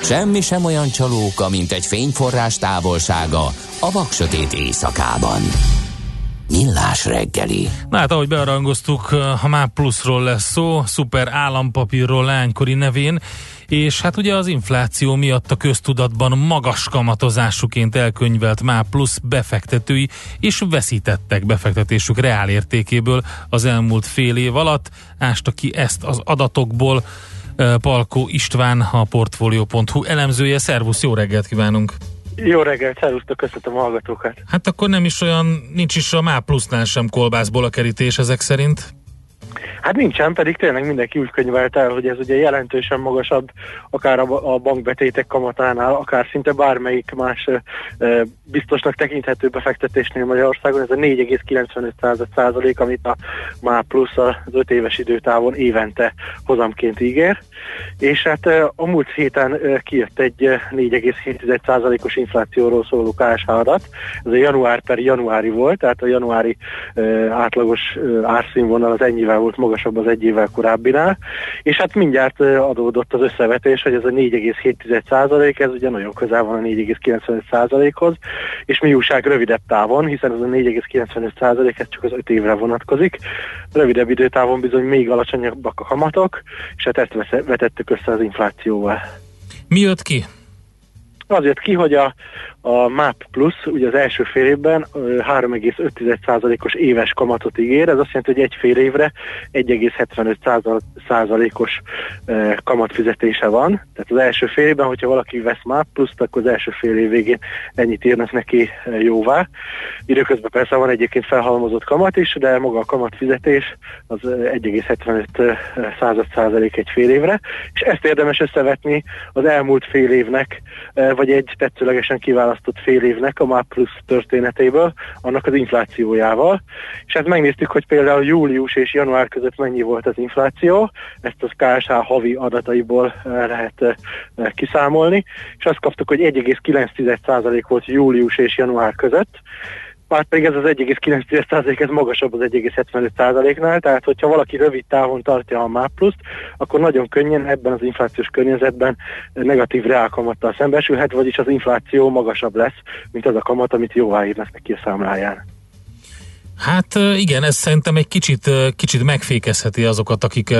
Semmi sem olyan csalóka, mint egy fényforrás távolsága a vaksötét éjszakában. Millás reggeli. Na hát, ahogy bearangoztuk, ha MÁP Pluszról lesz szó, szuper állampapírról lánykori nevén, és hát ugye az infláció miatt a köztudatban magas kamatozásúként elkönyvelt MÁP Plusz befektetői és veszítettek befektetésük reálértékéből az elmúlt fél év alatt. Ásta ki ezt az adatokból Palkó István, a Portfolio.hu elemzője. Szervusz, jó reggelt kívánunk! Jó reggelt, szervusztok, köszöntöm a hallgatókat! Hát akkor nem is olyan, nincs is a MÁP Plusznál sem kolbászból a kerítés ezek szerint? Hát nincsen, pedig tényleg mindenki úgy könyvelt el, hogy ez ugye jelentősen magasabb, akár a bankbetétek kamatánál, akár szinte bármelyik más biztosnak tekinthető befektetésnél Magyarországon. Ez a 4,95%, amit a MÁP Plusz az 5 éves időtávon évente hozamként ígér. És hát a múlt héten kijött egy 4,7%-os inflációról szóló KSH adat. Ez a január per januári volt, tehát a januári átlagos árszínvonal az ennyivel volt magasabb az egy évvel korábbinál, és hát mindjárt adódott az összevetés, hogy ez a 4,7%, ez ugye nagyon közel van a 4,95%-hoz, és mi újság rövidebb távon, hiszen ez a 4,95% ez csak az 5 évre vonatkozik, rövidebb időtávon bizony még alacsonyabbak a kamatok, és hát ezt vetettük össze az inflációval. Mi jött ki? Az jött ki, hogy a MÁP Plusz ugye az első fél évben 3,5%-os éves kamatot ígér, ez azt jelenti, hogy egy fél évre 1,75%-os kamatfizetése van. Tehát az első fél évben, hogyha valaki vesz MÁP Pluszt, akkor az első fél év végén ennyit írnak neki jóvá. Időközben persze van egyébként felhalmozott kamat is, de maga a kamatfizetés az 1,75% egy fél évre, és ezt érdemes összevetni az elmúlt fél évnek, vagy egy tetszőlegesen kiválasztott fél évnek a MÁP Plusz történetéből, annak az inflációjával. És hát megnéztük, hogy például július és január között mennyi volt az infláció, ezt az KSH havi adataiból lehet kiszámolni, és azt kaptuk, hogy 1,9% volt július és január között, már pedig ez az 1,9% ez magasabb az 1,75%-nál, tehát hogyha valaki rövid távon tartja a MÁP Pluszt, akkor nagyon könnyen ebben az inflációs környezetben negatív reálkamattal szembesülhet, vagyis az infláció magasabb lesz, mint az a kamat, amit jóváírnak neki a számláján. Hát igen, ez szerintem egy kicsit megfékezheti azokat, akik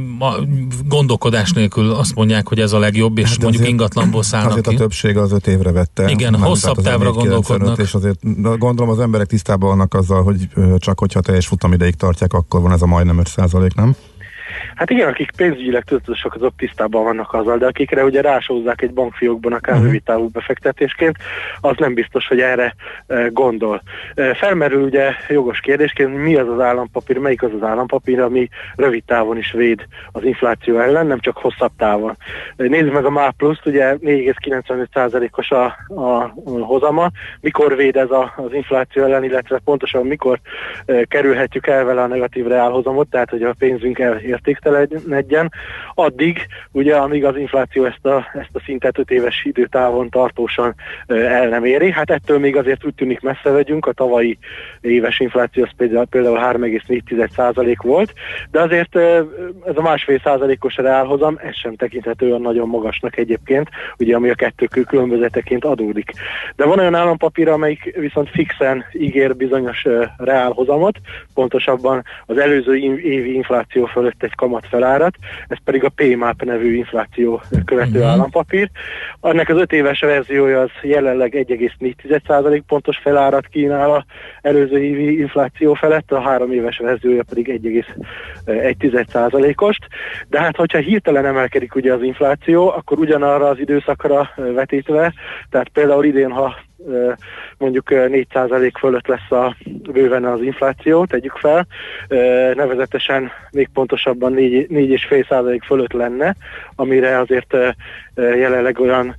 gondolkodás nélkül azt mondják, hogy ez a legjobb, és hát mondjuk ingatlanból szállnak azért ki. A többség az 5 évre vette. Igen, hosszabb távra gondolkodnak. És azért gondolom az emberek tisztában vannak azzal, hogy csak hogyha teljes futamideig tartják, akkor van ez a majdnem 5%, nem? Hát igen, akik pénzügyileg tudatosak, azok tisztában vannak azzal, de akikre ugye rásózzák egy bankfiókban akár rövid távú befektetésként, az nem biztos, hogy erre gondol. Felmerül ugye jogos kérdésként, mi az az állampapír, melyik az az állampapír, ami rövid távon is véd az infláció ellen, nem csak hosszabb távon. Nézzük meg a MÁP Pluszt, ugye 4,95%-os a hozama, mikor véd ez az infláció ellen, illetve pontosan mikor kerülhetjük el vele a negatív reálhozamot, tehát hogy a pénzünk értéktelenedjen, addig, ugye, amíg az infláció ezt a szintet 5 éves időtávon tartósan el nem éri. Hát ettől még azért úgy tűnik messze vagyunk, a tavalyi éves infláció az például 3,4% volt, de azért ez a 1,5%-os reálhozam, ez sem tekinthető olyan nagyon magasnak egyébként, ugye, ami a kettő különbözeteként adódik. De van olyan állampapír, amelyik viszont fixen ígér bizonyos reálhozamot, pontosabban az előző évi infláció fölött egy kamat felárat, ez pedig a PMAP nevű infláció követő állampapír. Annak az 5 éves verziója az jelenleg 1,4% pontos felárat kínál az előző évi infláció felett, a 3 éves verziója pedig 1,1%-ost. De hát, hogyha hirtelen emelkedik ugye az infláció, akkor ugyanarra az időszakra vetítve, tehát például idén, ha mondjuk 4% fölött lesz bőven az infláció, tegyük fel, nevezetesen még pontosabban 4,5% fölött lenne, amire azért jelenleg olyan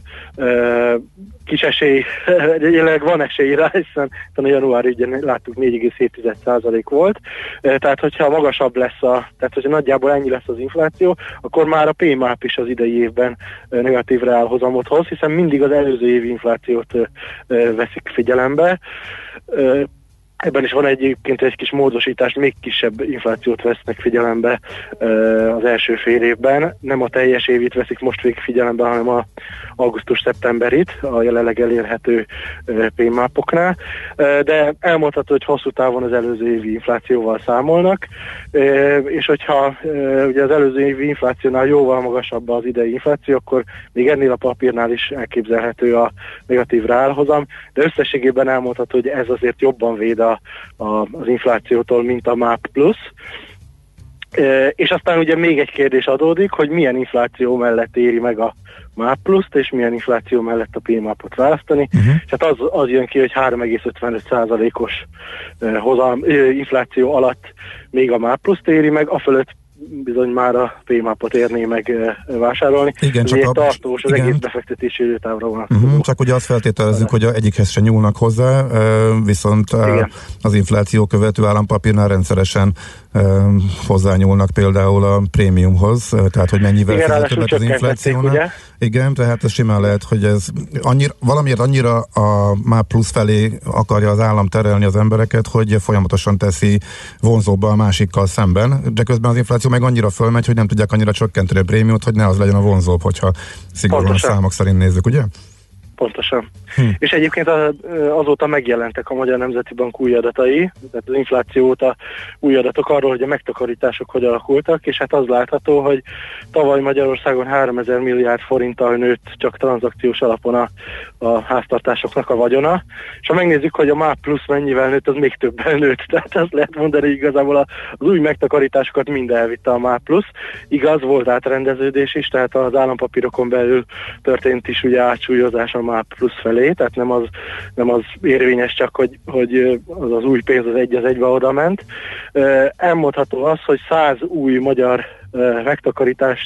kis esély, jelenleg van esély rá, hiszen a januári ügyen láttuk 4,7% volt, tehát hogyha magasabb lesz tehát hogyha nagyjából ennyi lesz az infláció, akkor már a PMAP is az idei évben negatív reálhozamot hoz, hiszen mindig az előző évi inflációt veszik figyelembe. Ebben is van egyébként egy kis módosítás, még kisebb inflációt vesznek figyelembe az első fél évben. Nem a teljes évit veszik most végig figyelembe, hanem a augusztus-szeptemberit, a jelenleg elérhető PMAP-oknál. De elmondható, hogy hosszú távon az előző évi inflációval számolnak, és hogyha ugye az előző évi inflációnál jóval magasabb az idei infláció, akkor még ennél a papírnál is elképzelhető a negatív reálhozam, de összességében elmondható, hogy ez azért jobban véd az inflációtól, mint a MAP plusz. És aztán ugye még egy kérdés adódik, hogy milyen infláció mellett éri meg a MAP pluszt, és milyen infláció mellett a PMAP-ot választani. És hát az jön ki, hogy 3,55%-os infláció alatt még a MAP pluszt éri meg, a fölött bizony már a PMAP-ot érné meg vásárolni. Igen, csak egy tartós, az egész befektetési időtávra van. Csak ugye azt feltételezzük, hogy egyikhez se nyúlnak hozzá, viszont az infláció követő állampapírnál rendszeresen hozzányúlnak például a prémiumhoz, tehát hogy mennyivel fizet többet az inflációnál. Igen, tehát ez simán lehet, hogy ez valamiért annyira a MAP plusz felé akarja az állam terelni az embereket, hogy folyamatosan teszi vonzóba a másikkal szemben, de közben az infláció meg annyira fölmegy, hogy nem tudják annyira csökkenteni a prémiumot, hogy ne az legyen a vonzóbb, hogyha szigorúan a számok szerint nézzük, ugye? Pontosan. És egyébként azóta megjelentek a Magyar Nemzeti Bank új adatai, tehát az infláció óta új adatok arról, hogy a megtakarítások hogy alakultak, és hát az látható, hogy tavaly Magyarországon 3000 milliárd forinttal nőtt csak tranzakciós alapon a háztartásoknak a vagyona, és ha megnézzük, hogy a MAP plusz mennyivel nőtt, az még többen nőtt, tehát azt lehet mondani, hogy igazából az új megtakarításokat mind elvitte a MAP plusz. Igaz, volt átrendeződés is, tehát az állampapírokon belül történt is ugye átsúlyozás a MAP plusz felé, tehát nem az érvényes csak, hogy az új pénz az egybe oda ment. Elmondható az, hogy 100 új magyar megtakarítás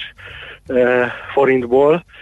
forintból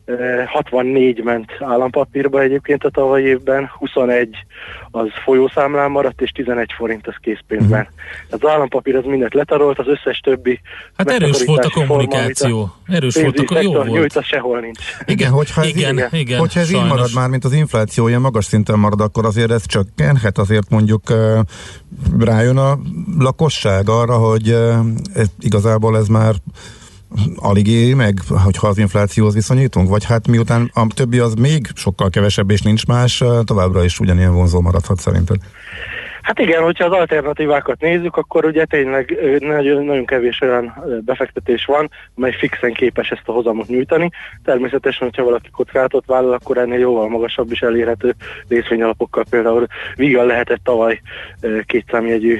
64 ment állampapírba egyébként a tavalyi évben, 21 az folyószámlán maradt, és 11 forint az készpénzben. Tehát az állampapír az mindent letarolt, az összes többi hát erős volt a kommunikáció. Erős volt a jó volt. Nyújt, az sehol nincs. Igen, hogyha ez így marad már, mint az infláció ilyen magas szinten marad, akkor azért ez csökkenhet, azért mondjuk rájön a lakosság arra, hogy igazából ez már alig éri meg, hogyha az inflációhoz viszonyítunk? Vagy hát miután a többi az még sokkal kevesebb és nincs más, továbbra is ugyanilyen vonzó maradhat szerinted? Hát igen, hogyha az alternatívákat nézzük, akkor ugye tényleg nagyon kevés olyan befektetés van, amely fixen képes ezt a hozamot nyújtani. Természetesen, hogyha valaki kockázatot vállal, akkor ennél jóval magasabb is elérhető részvényalapokkal például Vigal lehetett tavaly kétszámjegyű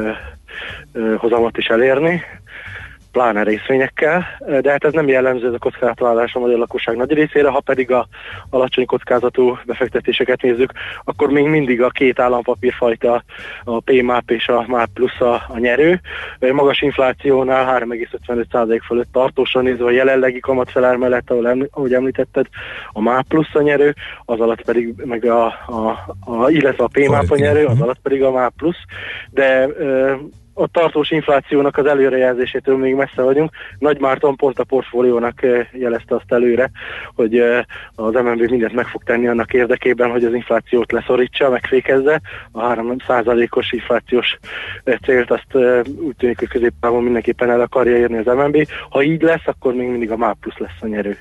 hozamot is elérni, pláne részvényekkel, de hát ez nem jellemző, ez a kockázatvállalás a magyar lakosság nagy részére, ha pedig a alacsony kockázatú befektetéseket nézzük, akkor még mindig a két állampapírfajta, a PMAP és a MAP plusz a nyerő. Magas inflációnál 3,55% fölött tartósan nézve a jelenlegi kamatfelár mellett, ahogy említetted, a MAP plusz a nyerő, az alatt pedig meg illetve a PMAP a nyerő, az alatt pedig a MAP plusz, de a tartós inflációnak az előrejelzésétől még messze vagyunk. Nagy Márton pont a portfóliónak jelezte azt előre, hogy az MNB mindent meg fog tenni annak érdekében, hogy az inflációt leszorítsa, megfékezze. A 3%-os inflációs célt azt úgy tűnik, hogy középtávon mindenképpen el akarja érni az MNB. Ha így lesz, akkor még mindig a MAP plusz lesz a nyerő.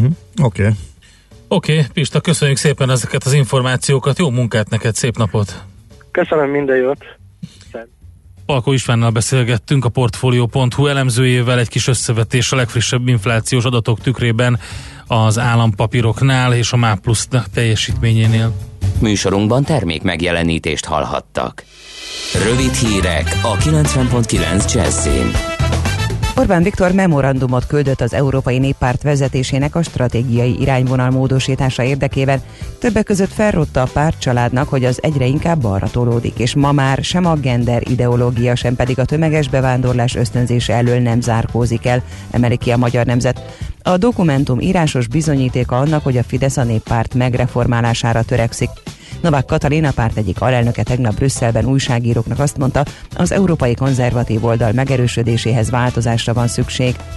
Oké, Pista, köszönjük szépen ezeket az információkat. Jó munkát neked, szép napot! Köszönöm, minden jót! Palkó Istvánnal beszélgettünk, a Portfolio.hu elemzőjével, egy kis összevetés a legfrissebb inflációs adatok tükrében az állampapíroknál és a MAP plusz teljesítményénél. Műsorunkban termék megjelenítést hallhattak. Rövid hírek a 90.9 Jazzin. Orbán Viktor memorandumot küldött az Európai Néppárt vezetésének a stratégiai irányvonal módosítása érdekében. Többek között felrotta a pártcsaládnak, hogy az egyre inkább balra tolódik, és ma már sem a gender ideológia, sem pedig a tömeges bevándorlás ösztönzése elől nem zárkózik el, emeli ki a Magyar Nemzet. A dokumentum írásos bizonyítéka annak, hogy a Fidesz a Néppárt megreformálására törekszik. Novák Katalin, a párt egyik alelnöke tegnap Brüsszelben újságíróknak azt mondta, az európai konzervatív oldal megerősödéséhez változásra van szükség.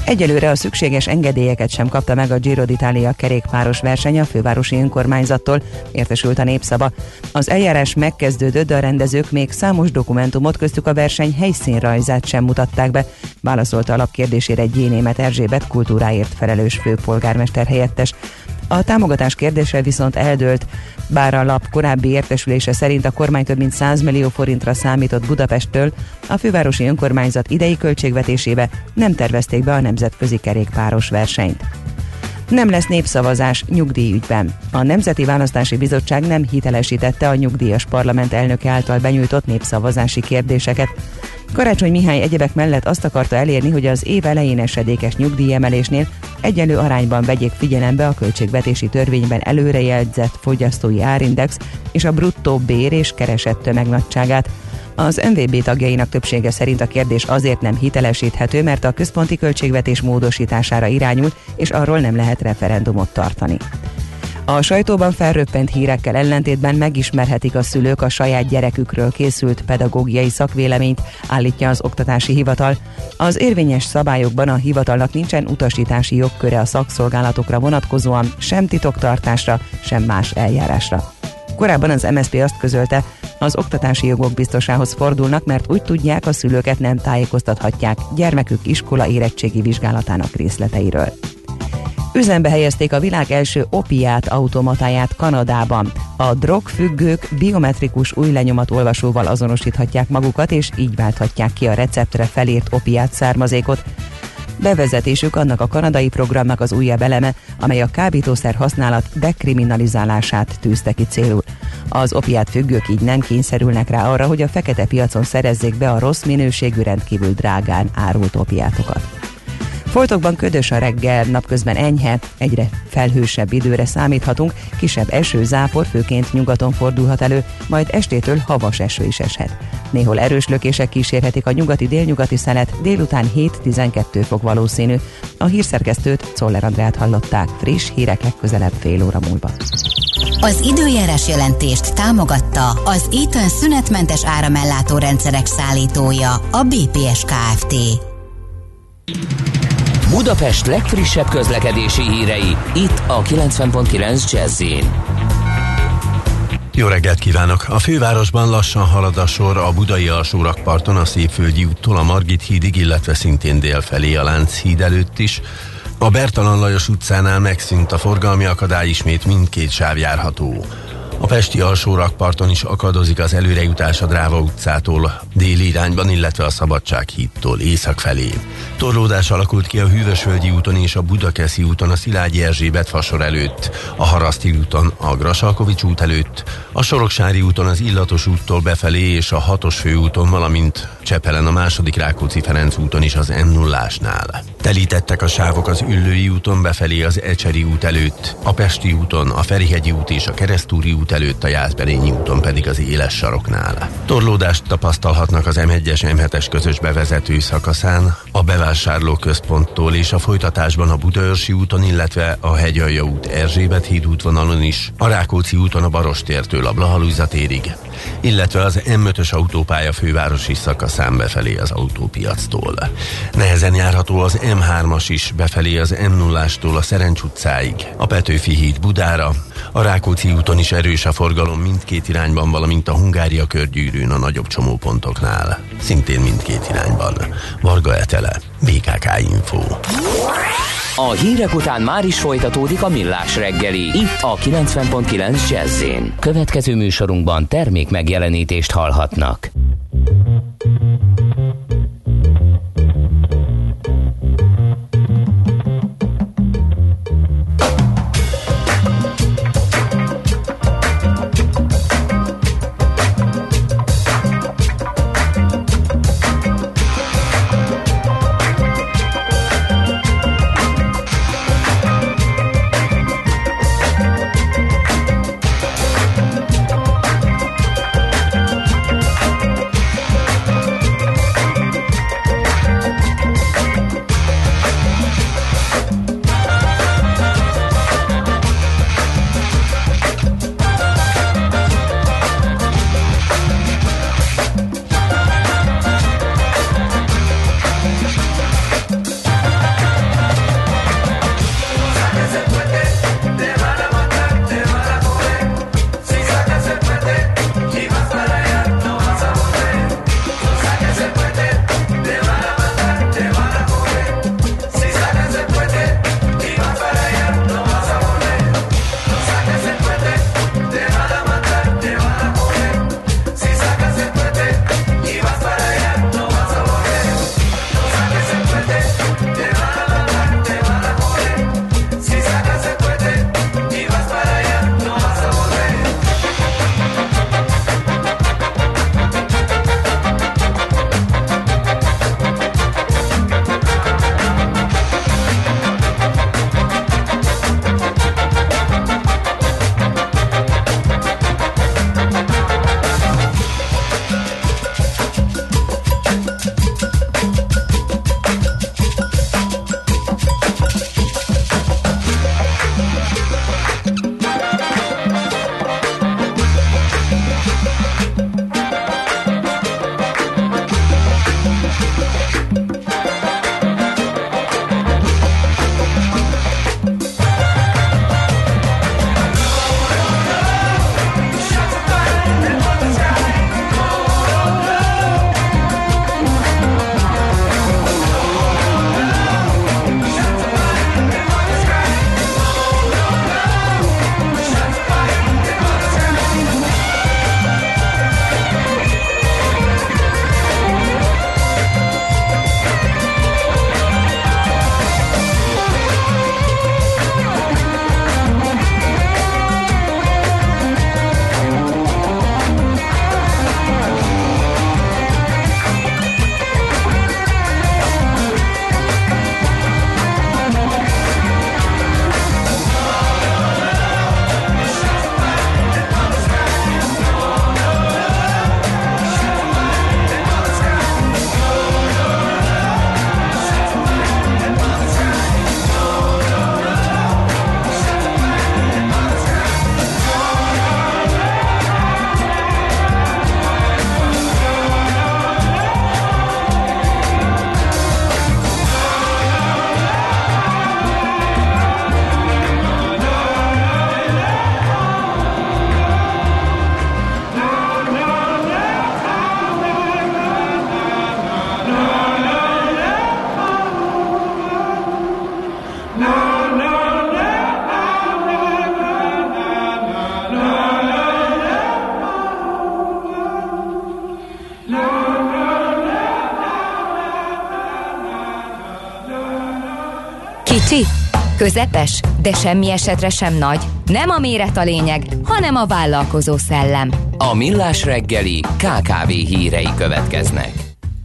Egyelőre a szükséges engedélyeket sem kapta meg a Giro d'Italia kerékpáros verseny a fővárosi önkormányzattól, értesült a Népszava. Az eljárás megkezdődött, de a rendezők még számos dokumentumot, köztük a verseny helyszínrajzát sem mutatták be, válaszolta a lap kérdésére G. Németh Erzsébet kultúráért felelős főpolgármester helyettes. A támogatás kérdése viszont eldőlt, bár a lap korábbi értesülése szerint a kormány több mint 100 millió forintra számított Budapesttől, a fővárosi önkormányzat idei költségvetésébe nem tervezték be a nemzetközi kerékpáros versenyt. Nem lesz népszavazás nyugdíjügyben. A Nemzeti Választási Bizottság nem hitelesítette a nyugdíjas parlament elnöke által benyújtott népszavazási kérdéseket. Karácsony Mihály egyebek mellett azt akarta elérni, hogy az év elején esedékes nyugdíjemelésnél egyenlő arányban vegyék figyelembe a költségvetési törvényben előrejegyzett fogyasztói árindex és a bruttó bér és keresett tömegnagyságát. Az MVB tagjainak többsége szerint a kérdés azért nem hitelesíthető, mert a központi költségvetés módosítására irányul, és arról nem lehet referendumot tartani. A sajtóban felröppent hírekkel ellentétben megismerhetik a szülők a saját gyerekükről készült pedagógiai szakvéleményt, állítja az Oktatási Hivatal. Az érvényes szabályokban a hivatalnak nincsen utasítási jogköre a szakszolgálatokra vonatkozóan, sem titoktartásra, sem más eljárásra. Korábban az MSZP azt közölte, az oktatási jogok biztosához fordulnak, mert úgy tudják, a szülőket nem tájékoztathatják gyermekük iskola érettségi vizsgálatának részleteiről. Üzembe helyezték a világ első opiát automatáját Kanadában. A drogfüggők biometrikus új lenyomatolvasóval azonosíthatják magukat, és így válthatják ki a receptre felírt opiát származékot. Bevezetésük annak a kanadai programnak az újabb eleme, amely a kábítószer használat dekriminalizálását tűzte ki célul. Az opiát függők így nem kényszerülnek rá arra, hogy a fekete piacon szerezzék be a rossz minőségű, rendkívül drágán árult opiátokat. Foltokban ködös a reggel, napközben enyhe, egyre felhősebb időre számíthatunk, kisebb eső, zápor, főként nyugaton fordulhat elő, majd estétől havas eső is eshet. Néhol erős lökések kísérhetik a nyugati-délnyugati szelet, délután 7-12 fok valószínű. A hírszerkesztőt, Czoller Andrát hallották, friss hírek legközelebb fél óra múlva. Az időjárás jelentést támogatta az Eaton szünetmentes áramellátó rendszerek szállítója, a BPS Kft. Budapest legfrissebb közlekedési hírei, itt a 90.9 Jazz-in. Jó reggelt kívánok! A fővárosban lassan halad a sor a budai alsórakparton, a Szépvölgyi úttól a Margit hídig, illetve szintén délfelé a Lánchíd előtt is. A Bertalan Lajos utcánál megszűnt a forgalmi akadály, ismét mindkét sáv járható. A pesti alsórakparton is akadozik az előrejutás a Dráva utcától déli irányban, illetve a Szabadsághídtól észak felé. Torlódás alakult ki a Hűvösvölgyi úton és a Budakeszi úton a Szilágyi Erzsébet fasor előtt, a Haraszti úton a Grassalkovich út előtt, a Soroksári úton az Illatos úttól befelé és a 6-os főúton, valamint Csepelen a II. Rákóczi-Ferenc úton is az M0-ásnál. Telítettek a sávok az Üllői úton befelé az Ecseri út előtt, a Pesti úton, a Ferihegyi út és a Keresztúri út előtt, a Jászberényi úton pedig az Éles saroknál. Torlódást tapasztalhatnak az M1-es M7-es közös bevezető szakaszán, a bevásárlóközponttól és a folytatásban a Budaörsi úton, illetve a Hegyalja út Erzsébet híd útvonalon is, a Rákóczi úton a Barostértől a Blaha-Lujza térig, illetve az M5-ös autópálya fővárosi szakaszán befelé az autópiactól. Nehezen járható az M3-as is befelé az M0-ástól a Szerencs utcáig, a Petőfi híd Budára, a Rákóczi úton is erős a forgalom mindkét irányban, valamint a Hungária körgyűrűn a nagyobb csomópontoknál. Szintén mindkét irányban. Varga Etele, BKK Info. A hírek után már is folytatódik a Millás reggeli, itt a 90.9 Jazz-in. Következő műsorunkban termék megjelenítést hallhatnak. Kicsi, közepes, de semmi esetre sem nagy. Nem a méret a lényeg, hanem a vállalkozó szellem. A Millás reggeli KKV hírei következnek.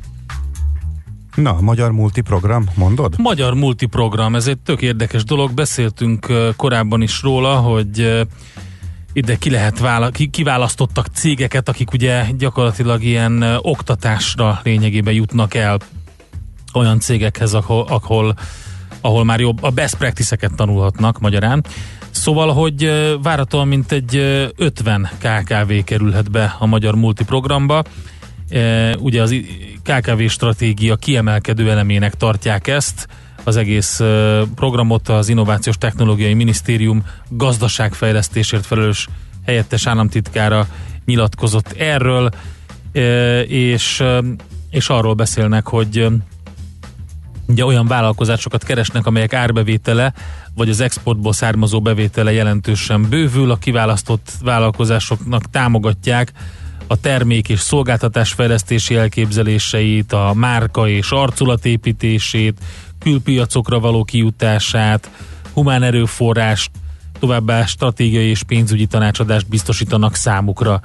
Na, magyar multiprogram, mondod? Magyar multiprogram, ez egy tök érdekes dolog. Beszéltünk korábban is róla, hogy ide kiválasztottak cégeket, akik ugye gyakorlatilag ilyen oktatásra lényegében jutnak el olyan cégekhez, ahol már jobb, a best practice-eket tanulhatnak magyarán. Szóval, hogy várhatóan mintegy 50 KKV kerülhet be a magyar multiprogramba. Ugye az KKV stratégia kiemelkedő elemének tartják ezt, az egész programot. Az Innovációs Technológiai Minisztérium gazdaságfejlesztésért felelős helyettes államtitkára nyilatkozott erről, és arról beszélnek, hogy ugye olyan vállalkozásokat keresnek, amelyek árbevétele vagy az exportból származó bevétele jelentősen bővül. A kiválasztott vállalkozásoknak támogatják a termék és szolgáltatás fejlesztési elképzeléseit, a márka és arculatépítését, külpiacokra való kijutását, humán erőforrást, továbbá stratégiai és pénzügyi tanácsadást biztosítanak számukra.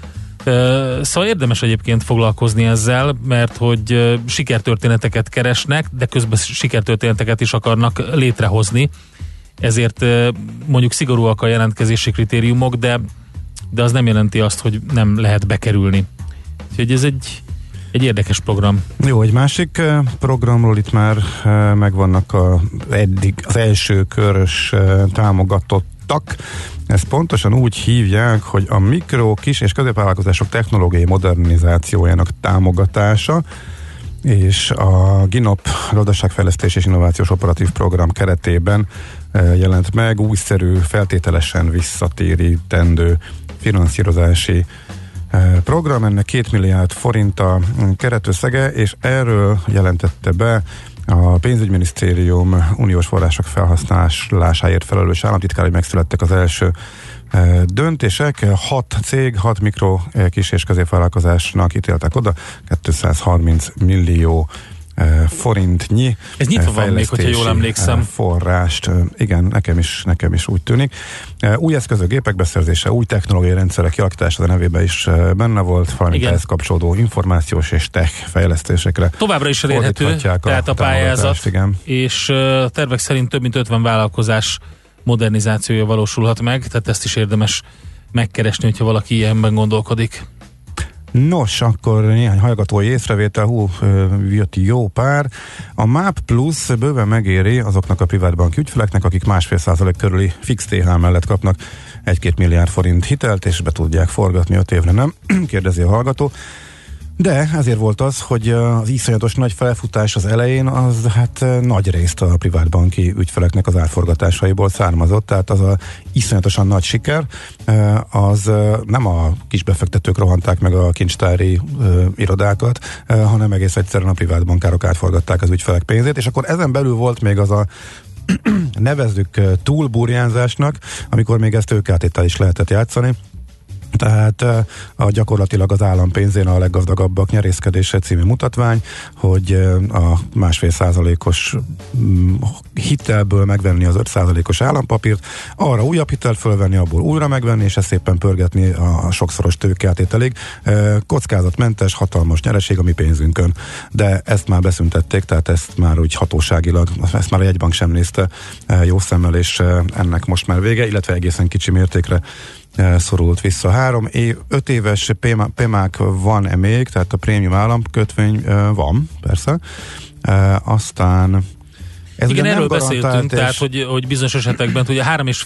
Szóval érdemes egyébként foglalkozni ezzel, mert hogy sikertörténeteket keresnek, de közben sikertörténeteket is akarnak létrehozni. Ezért mondjuk szigorúak a jelentkezési kritériumok, de az nem jelenti azt, hogy nem lehet bekerülni. Úgyhogy ez egy érdekes program. Jó, egy másik programról itt már megvannak eddig az első körös támogatottak. Ezt pontosan úgy hívják, hogy a mikro, kis és középvállalkozások technológiai modernizációjának támogatása, és a GINOP gazdaságfejlesztés és innovációs operatív program keretében jelent meg újszerű, feltételesen visszatérítendő finanszírozási program. Ennek 2 milliárd forint a keretösszege, és erről jelentette be a pénzügyminisztérium uniós források felhasználásáért felelős államtitkár, hogy megszülettek az első döntések. 6 cég, 6 mikro, kis és középvállalkozásnak ítéltek oda 230 millió forintnyi. Ez nyitva van még, hogyha jól emlékszem. Forrást. Igen, nekem is úgy tűnik. Új eszközök, gépek beszerzése, új technológiai rendszerek kialakítása, a nevében is benne volt, valamint ehhez kapcsolódó információs és tech fejlesztésekre. Továbbra is elérhető, tehát a pályázat, igen. És tervek szerint több mint 50 vállalkozás modernizációja valósulhat meg, tehát ezt is érdemes megkeresni, hogyha valaki ilyenben gondolkodik. Nos, akkor néhány hallgatói észrevétel, jött jó pár. A MAP Plus bőven megéri azoknak a privátbanki ügyfeleknek, akik 1,5% körüli fix TH mellett kapnak 1-2 milliárd forint hitelt, és be tudják forgatni 5 évre, nem? Kérdezi a hallgató. De ezért volt az, hogy az iszonyatos nagy felfutás az elején, az hát nagy részt a privátbanki ügyfeleknek az átforgatásaiból származott, tehát az a iszonyatosan nagy siker, az nem a kisbefektetők rohanták meg a kincstári irodákat, hanem egész egyszerűen a privátbankárok átforgatták az ügyfelek pénzét, és akkor ezen belül volt még az a nevezzük túlburjánzásnak, amikor még ezt tőkeáttéttel is lehetett játszani. Tehát gyakorlatilag az állam pénzén a leggazdagabbak nyerészkedése című mutatvány, hogy a 1,5%-os hitelből megvenni az 5%-os állampapírt, arra újabb hitelt fölvenni, abból újra megvenni, és ezt szépen pörgetni a sokszoros tőkeáttételig. Kockázatmentes, hatalmas nyereség a mi pénzünkön. De ezt már beszüntették, tehát ezt már úgy hatóságilag, ezt már a jegybank sem nézte jó szemmel, és ennek most már vége, illetve egészen kicsi mértékre szorult vissza. 5 éves PEMÁK van-e még, tehát a prémium államkötvény van, persze. Aztán ez igen, erről beszéltünk, tehát hogy bizonyos esetekben ugye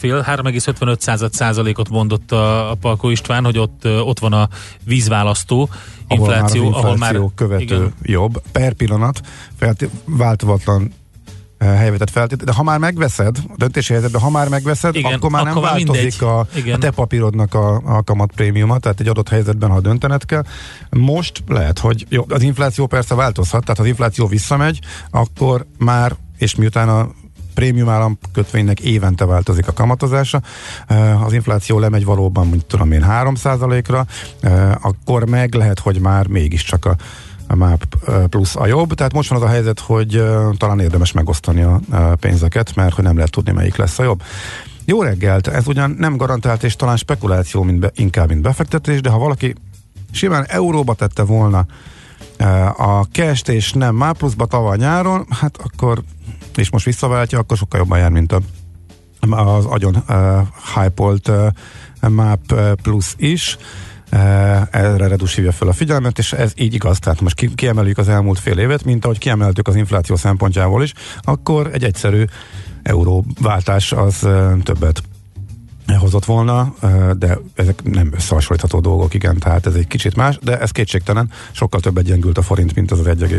3,55%-ot mondott a Palkó István, hogy ott van a vízválasztó infláció, ahol már követő igen. Jobb. Per pillanat változatlan helyvetet feltétlenül, de ha már megveszed, a döntési helyzetben, ha már megveszed, igen, akkor már nem változik a te papírodnak a kamat prémiuma, tehát egy adott helyzetben, ha döntened kell. Most lehet, hogy jó, az infláció persze változhat, tehát az infláció visszamegy, akkor már, és miután a prémium államkötvénynek évente változik a kamatozása, az infláció lemegy valóban, mint tudom én, 3%-ra, akkor meg lehet, hogy már mégiscsak MÁP plusz a jobb, tehát most van az a helyzet, hogy talán érdemes megosztani a pénzeket, mert hogy nem lehet tudni, melyik lesz a jobb. Jó reggelt, ez ugyan nem garantált és talán spekuláció, inkább mint befektetés, de ha valaki simán euróba tette volna a cash-t és nem MÁP pluszba tavaly nyáron, hát akkor, és most visszaváltja, akkor sokkal jobban jár, mint az agyon hype-olt MÁP plusz is. Erre Redus hívja fel a figyelmet, és ez így igaz, tehát most kiemeljük az elmúlt fél évet, mint ahogy kiemeltük az infláció szempontjából is, akkor egy egyszerű euróváltás az többet hozott volna, de ezek nem összehasonlítható dolgok, igen, tehát ez egy kicsit más, de ez kétségtelen, sokkal többet gyengült a forint, mint az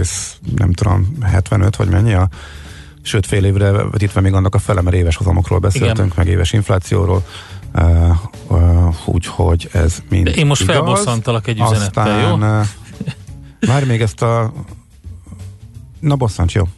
1,75 vagy mennyi sőt fél évre vetítve még annak a fele, mert éves hozamokról beszéltünk, igen, meg éves inflációról, úgyhogy ez mind de én most igaz. Felbosszantalak egy üzenettel, jó? Várj még ezt na bosszants, jó.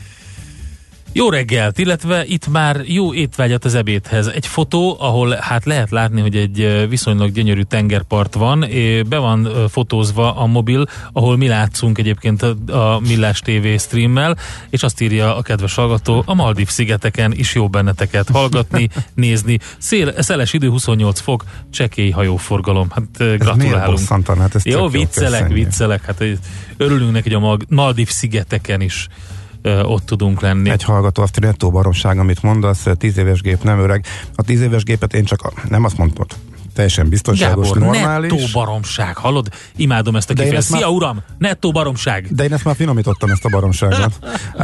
Jó reggelt, illetve itt már jó étvágyat az ebédhez. Egy fotó, ahol hát lehet látni, hogy egy viszonylag gyönyörű tengerpart van, be van fotózva a mobil, ahol mi látszunk egyébként a Millás TV streammel, és azt írja a kedves hallgató, a Maldív-szigeteken is jó benneteket hallgatni, nézni. Szeles idő, 28 fok, csekély hajóforgalom. Hát gratulálunk. Hát jó, viccelek, hát örülünk neki, hogy a Maldív-szigeteken is ott tudunk lenni. Egy hallgató azt írja, nettó baromság, amit mondasz, 10 éves gép nem öreg. A 10 éves gépet én csak nem azt mondtam, teljesen biztonságos, Gábor, normális. Nettó baromság, hallod? Imádom ezt a kifejezést. Szia, uram! Nettó baromság! De én ezt már finomítottam, ezt a baromságot.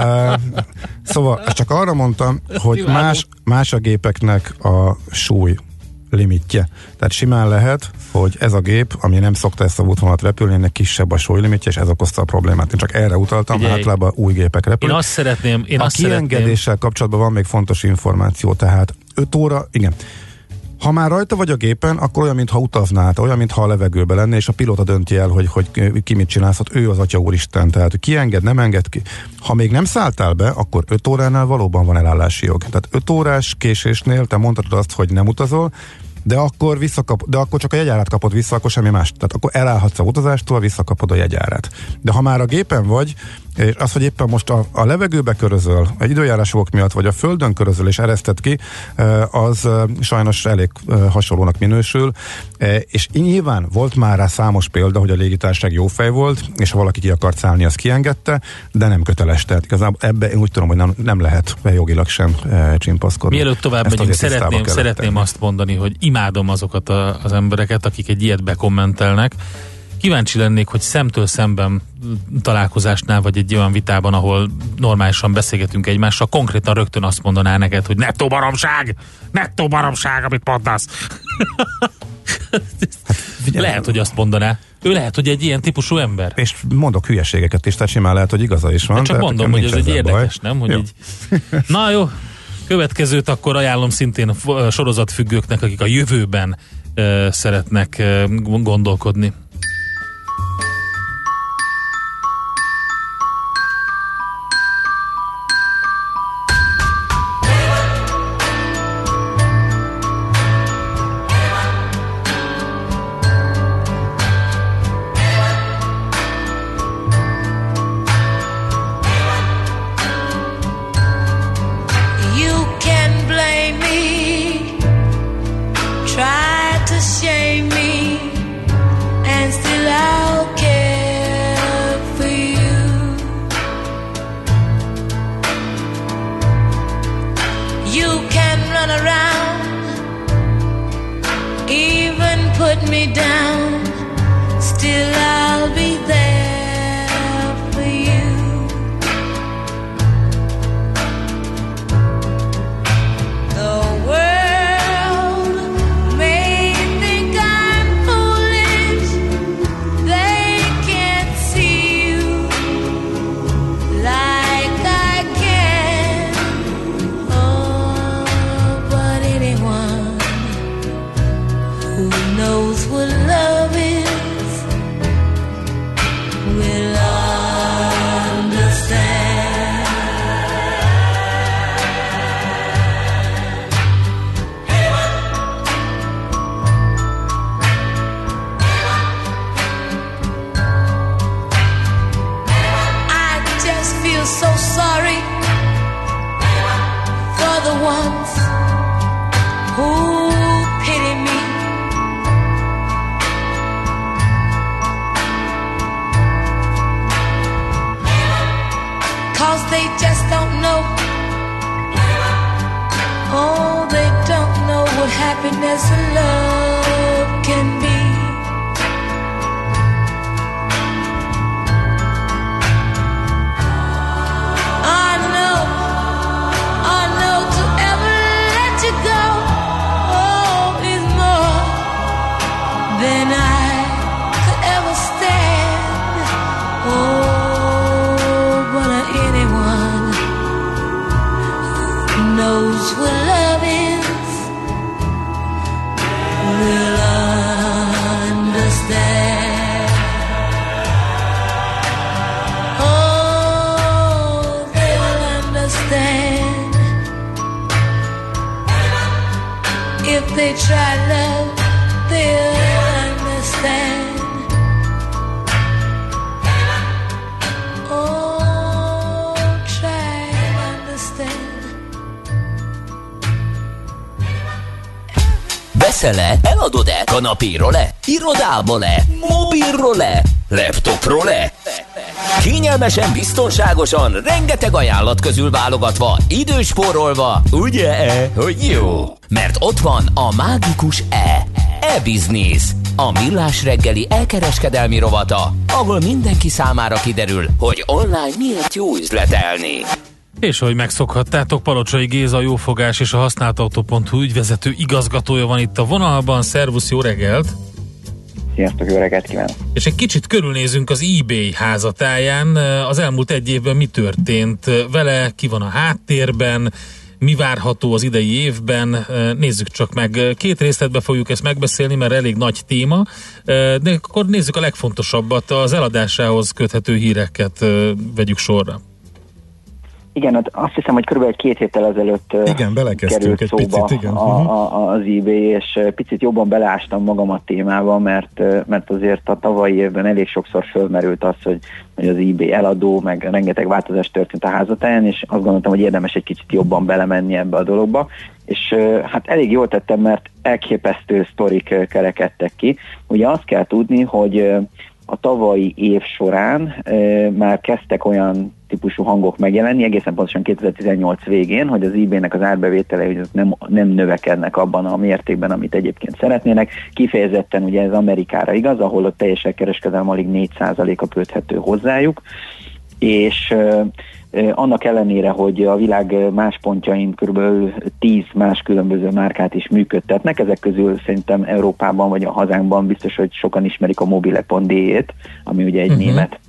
Szóval csak arra mondtam, hogy más a gépeknek a súly limitje. Tehát simán lehet, hogy ez a gép, ami nem szokta ezt a útvonalat repülni, ennek kisebb a súlylimitje, és ez okozta a problémát. Én csak erre utaltam, általában új gépek repülnek. Én azt szeretném. A kiengedéssel kapcsolatban van még fontos információ, tehát 5 óra, igen. Ha már rajta vagy a gépen, akkor olyan, mintha utaznál, olyan, mintha a levegőbe lenne, és a pilóta dönti el, hogy ki mit csinálsz, ő az Atya Úristen, tehát ki enged, nem enged ki. Ha még nem szálltál be, akkor 5 óránál valóban van elállási jog. Tehát 5 órás késésnél te mondhatod azt, hogy nem utazol, de akkor csak a jegyárat kapod vissza, akkor semmi más. Tehát akkor elállhatsz a utazástól, visszakapod a jegyárat. De ha már a gépen vagy, és az, hogy éppen most a levegőbe körözöl, egy időjárások miatt, vagy a földön körözöl és ereszted ki, az sajnos elég hasonlónak minősül. És nyilván volt már rá számos példa, hogy a légitársaság jó fej volt, és ha valaki ki akart szállni, az kiengedte, de nem köteles. Tehát igazából ebbe én úgy tudom, hogy nem lehet jogilag sem csimpaszkodni. Mielőtt tovább megyünk, szeretném azt mondani, hogy imádom azokat az embereket, akik egy ilyet bekommentelnek. Kíváncsi lennék, hogy szemtől szemben találkozásnál, vagy egy olyan vitában, ahol normálisan beszélgetünk egymással, konkrétan rögtön azt mondaná neked, hogy nettó baromság, amit mondasz. Lehet, hogy azt mondaná. Ő lehet, hogy egy ilyen típusú ember. És mondok hülyeségeket is, tehát simán lehet, hogy igaza is van. De csak mondom, hogy ez egy érdekes, baj. Nem? Hogy így... Na jó, következőt akkor ajánlom szintén a sorozatfüggőknek, akik a jövőben szeretnek gondolkodni. Knows what love is. ones who pity me. Cause they just don't know. Oh, they don't know what happiness and love can be. I know to ever let you go, oh, is more than I could ever stand. Oh, but anyone who knows what love is will understand. Oh, they will understand. If they try love, they'll understand. Oh, try and understand. Veszel-e? Eladod-e? Kanapéról-e? Irodából-e? Mobilról-e? Laptopról-e? Kényelmesen, biztonságosan, rengeteg ajánlat közül válogatva, időspórolva, ugye-e, hogy jó? Mert ott van a mágikus e-business, a Millás reggeli elkereskedelmi rovata, ahol mindenki számára kiderül, hogy online miért jó üzletelni. És ahogy megszokhattátok, Palocsai Géza, Jófogás és a használtautó.hu ügyvezető igazgatója van itt a vonalban. Szervusz, jó reggelt! Sziasztok, jó reggelt kívánok! És egy kicsit körülnézünk az eBay házatáján. Az elmúlt egy évben mi történt vele, ki van a háttérben, mi várható az idei évben, nézzük csak meg. Két részletben fogjuk ezt megbeszélni, mert elég nagy téma, de akkor nézzük a legfontosabbat, az eladásához köthető híreket vegyük sorra. Igen, hát azt hiszem, hogy körülbelül 2 héttel ezelőtt került egy szóba picit, igen. Az eBay, és picit jobban beleástam magam a témába, mert azért a tavalyi évben elég sokszor fölmerült az, hogy az eBay eladó, meg rengeteg változás történt a házatáján, és azt gondoltam, hogy érdemes egy kicsit jobban belemenni ebbe a dologba, és hát elég jól tettem, mert elképesztő sztorik kerekedtek ki. Ugye azt kell tudni, hogy a tavalyi év során már kezdtek olyan típusú hangok megjelenni, egészen pontosan 2018 végén, hogy az eBay-nek az árbevételei nem növekednek abban a mértékben, amit egyébként szeretnének. Kifejezetten ugye ez Amerikára igaz, ahol a teljes kereskedelem alig 4%-a köthető hozzájuk, és annak ellenére, hogy a világ más pontjain kb. 10 más különböző márkát is működtetnek, ezek közül szerintem Európában vagy a hazánkban biztos, hogy sokan ismerik a mobile.de-t, ami ugye egy német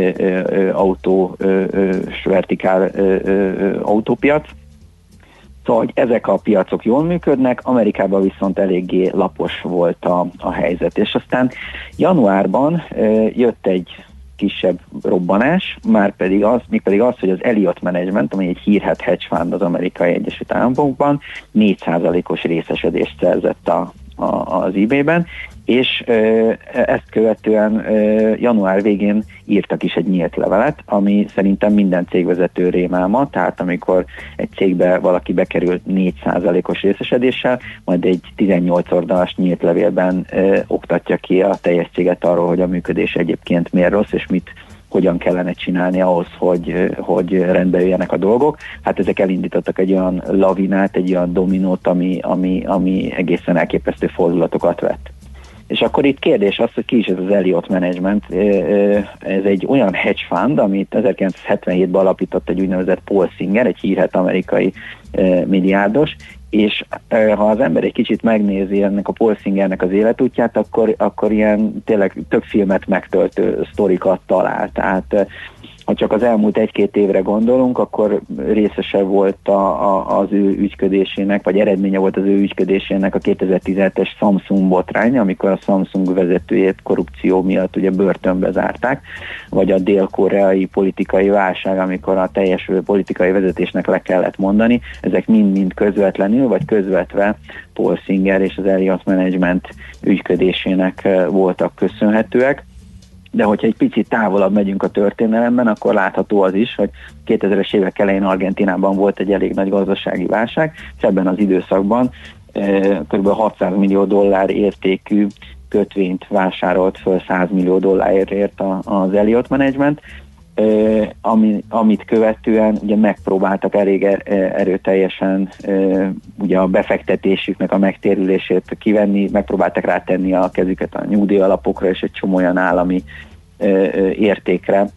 vertikál autópiac. Szóval, hogy ezek a piacok jól működnek, Amerikában viszont eléggé lapos volt a helyzet. És aztán januárban jött egy kisebb robbanás, mégpedig az, hogy az Elliott Management, ami egy hírhedt hedge fund az Amerikai Egyesült Államokban, 4%-os részesedést szerzett az eBay-ben, és ezt követően január végén írtak is egy nyílt levelet, ami szerintem minden cégvezető rémálma, tehát amikor egy cégbe valaki bekerül 4%-os részesedéssel, majd egy 18 oldalas nyílt levélben oktatja ki a teljes céget arról, hogy a működés egyébként miért rossz, és hogyan kellene csinálni ahhoz, hogy rendbe jöjjenek a dolgok. Hát ezek elindítottak egy olyan lavinát, egy olyan dominót, ami egészen elképesztő fordulatokat vett. És akkor itt kérdés az, hogy ki is ez az Elliott Management. Ez egy olyan hedge fund, amit 1977-ben alapított egy úgynevezett Paul Singer, egy hírhedt amerikai milliárdos, és ha az ember egy kicsit megnézi ennek a Paul Singernek az életútját, akkor ilyen tényleg több filmet megtöltő sztorikat talál. Tehát ha csak az elmúlt 1-2 évre gondolunk, akkor részese volt az ő ügyködésének, vagy eredménye volt az ő ügyködésének a 2017-es Samsung botrány, amikor a Samsung vezetőjét korrupció miatt ugye börtönbe zárták, vagy a dél-koreai politikai válság, amikor a teljes politikai vezetésnek le kellett mondani. Ezek mind-mind közvetlenül, vagy közvetve Paul Singer és az Elliott Management ügyködésének voltak köszönhetőek. De hogyha egy picit távolabb megyünk a történelemben, akkor látható az is, hogy 2000-es évek elején Argentínában volt egy elég nagy gazdasági válság, és ebben az időszakban kb. $600 millió értékű kötvényt vásárolt föl $100 millió az Elliott Management, amit követően ugye megpróbáltak elég erőteljesen ugye a befektetésüknek a megtérülését kivenni, megpróbáltak rátenni a kezüket a nyugdíjalapokra és egy csomó olyan állami értékre,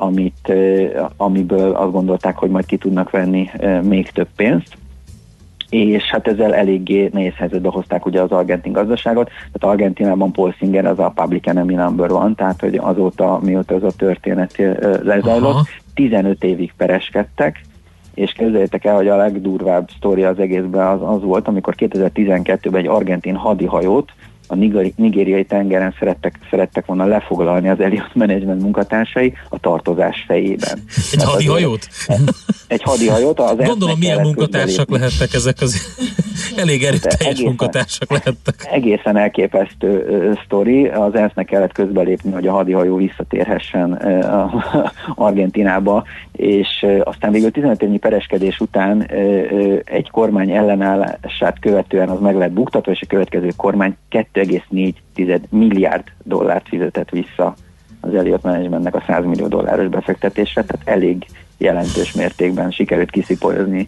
amiből azt gondolták, hogy majd ki tudnak venni még több pénzt, és hát ezzel eléggé nehéz helyzetbe hozták ugye az argentin gazdaságot. Tehát Argentinában Paul Singer az a public enemy number one, tehát hogy azóta, mióta ez a történet lezajlott, 15 évig pereskedtek, és képzeljétek el, hogy a legdurvább sztori az egészben az volt, amikor 2012-ben egy argentin hadihajót a nigériai tengeren szerettek volna lefoglalni az Elliott Management munkatársai a tartozás fejében. Egy hadihajót? Egy hadihajót. Gondolom, milyen munkatársak lehettek ezek az elég erőteljes munkatársak lehettek. Egészen elképesztő sztori. Az ENSZ-nek kellett közbelépni, hogy a hadihajó visszatérhessen Argentinába, és aztán végül 15 évnyi pereskedés után egy kormány ellenállását követően az meg lett buktatva, és a következő kormány $2,4 milliárd fizetett vissza az Elliott Managementnek a $100 millió befektetésre, tehát elég jelentős mértékben sikerült kiszipolyozni,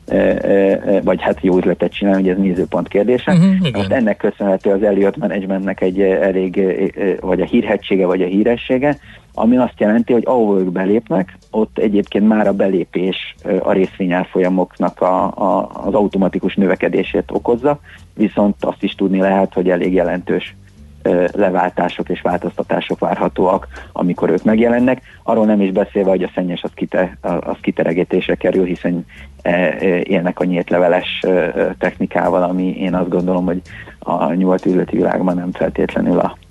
vagy hát jó üzletet csinálni, ugye ez nézőpont kérdése. Most ennek köszönhető az Elliott Managementnek egy elég, vagy a hírhedtsége, vagy a híressége, ami azt jelenti, hogy ahol ők belépnek, ott egyébként már a belépés a részvényárfolyamoknak az automatikus növekedését okozza, viszont azt is tudni lehet, hogy elég jelentős leváltások és változtatások várhatóak, amikor ők megjelennek. Arról nem is beszélve, hogy a szennyes az kiteregetésre kerül, hiszen élnek a nyíltleveles technikával, ami én azt gondolom, hogy a nyugati üzleti világban nem feltétlenül a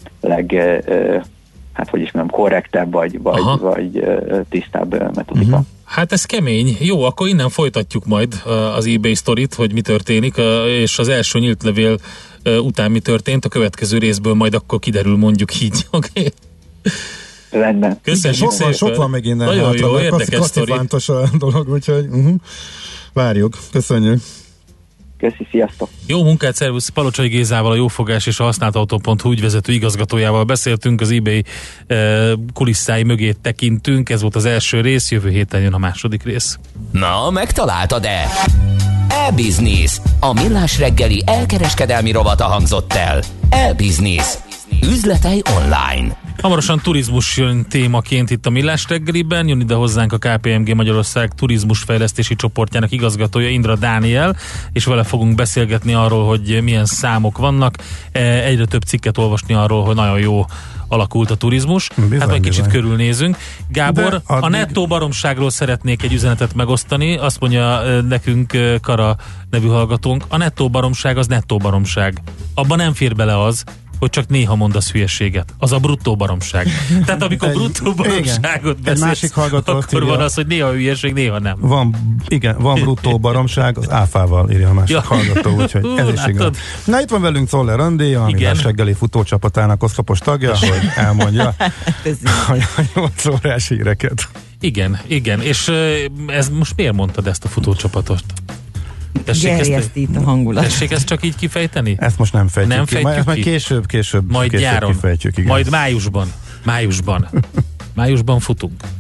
korrektebb vagy tisztább metodika. Hát ez kemény. Jó, akkor innen folytatjuk majd az eBay sztorit, hogy mi történik, és az első nyílt levél után mi történt, a következő részből majd akkor kiderül, mondjuk így. Okay? Rendben. Köszönjük szépen. Sok van még innen. Nagyon jó, érdekes sztori. A dolog, úgyhogy várjuk. Köszönjük. Köszi, sziasztok! Jó munkát, szervusz! Palocsai Gézával, a Jófogás és a használtautó.hu ügyvezető igazgatójával beszéltünk, az eBay kulisszái mögé tekintünk, ez volt az első rész, jövő héten jön a második rész. Na, megtaláltad-e? E-Business, a millás reggeli elkereskedelmi rovata hangzott el. E-Business. Üzletei online. Hamarosan turizmus jön témaként itt a Millás reggeliben, jön ide hozzánk a KPMG Magyarország turizmusfejlesztési csoportjának igazgatója Indra Dániel, és vele fogunk beszélgetni arról, hogy milyen számok vannak, egyre több cikket olvasni arról, hogy nagyon jó alakult a turizmus. Bizony, hát majd kicsit körülnézünk. Gábor, a nettó baromságról szeretnék egy üzenetet megosztani, azt mondja nekünk Kara nevű hallgatónk, a nettó baromság az nettó baromság. Abban nem fér bele az, hogy csak néha mondasz hülyeséget. Az a bruttó baromság. Tehát amikor bruttó baromságot beszélsz, akkor van az, hogy néha hülyeség, néha nem. Van bruttó baromság, az áfával írja a másik hallgató, úgyhogy ez is igaz. Na, itt van velünk Czoller Andi, a Millás reggeli futócsapatának oszlopos tagja, hogy elmondja a 8 órás híreket. Igen. És ez most miért mondtad ezt a futócsapatot? Gerjesztít a hangulat. Tessék ezt csak így kifejteni? Ezt most nem fejtjük ki. Majd később majd nyáron, kifejtjük. Igen. Majd májusban futunk.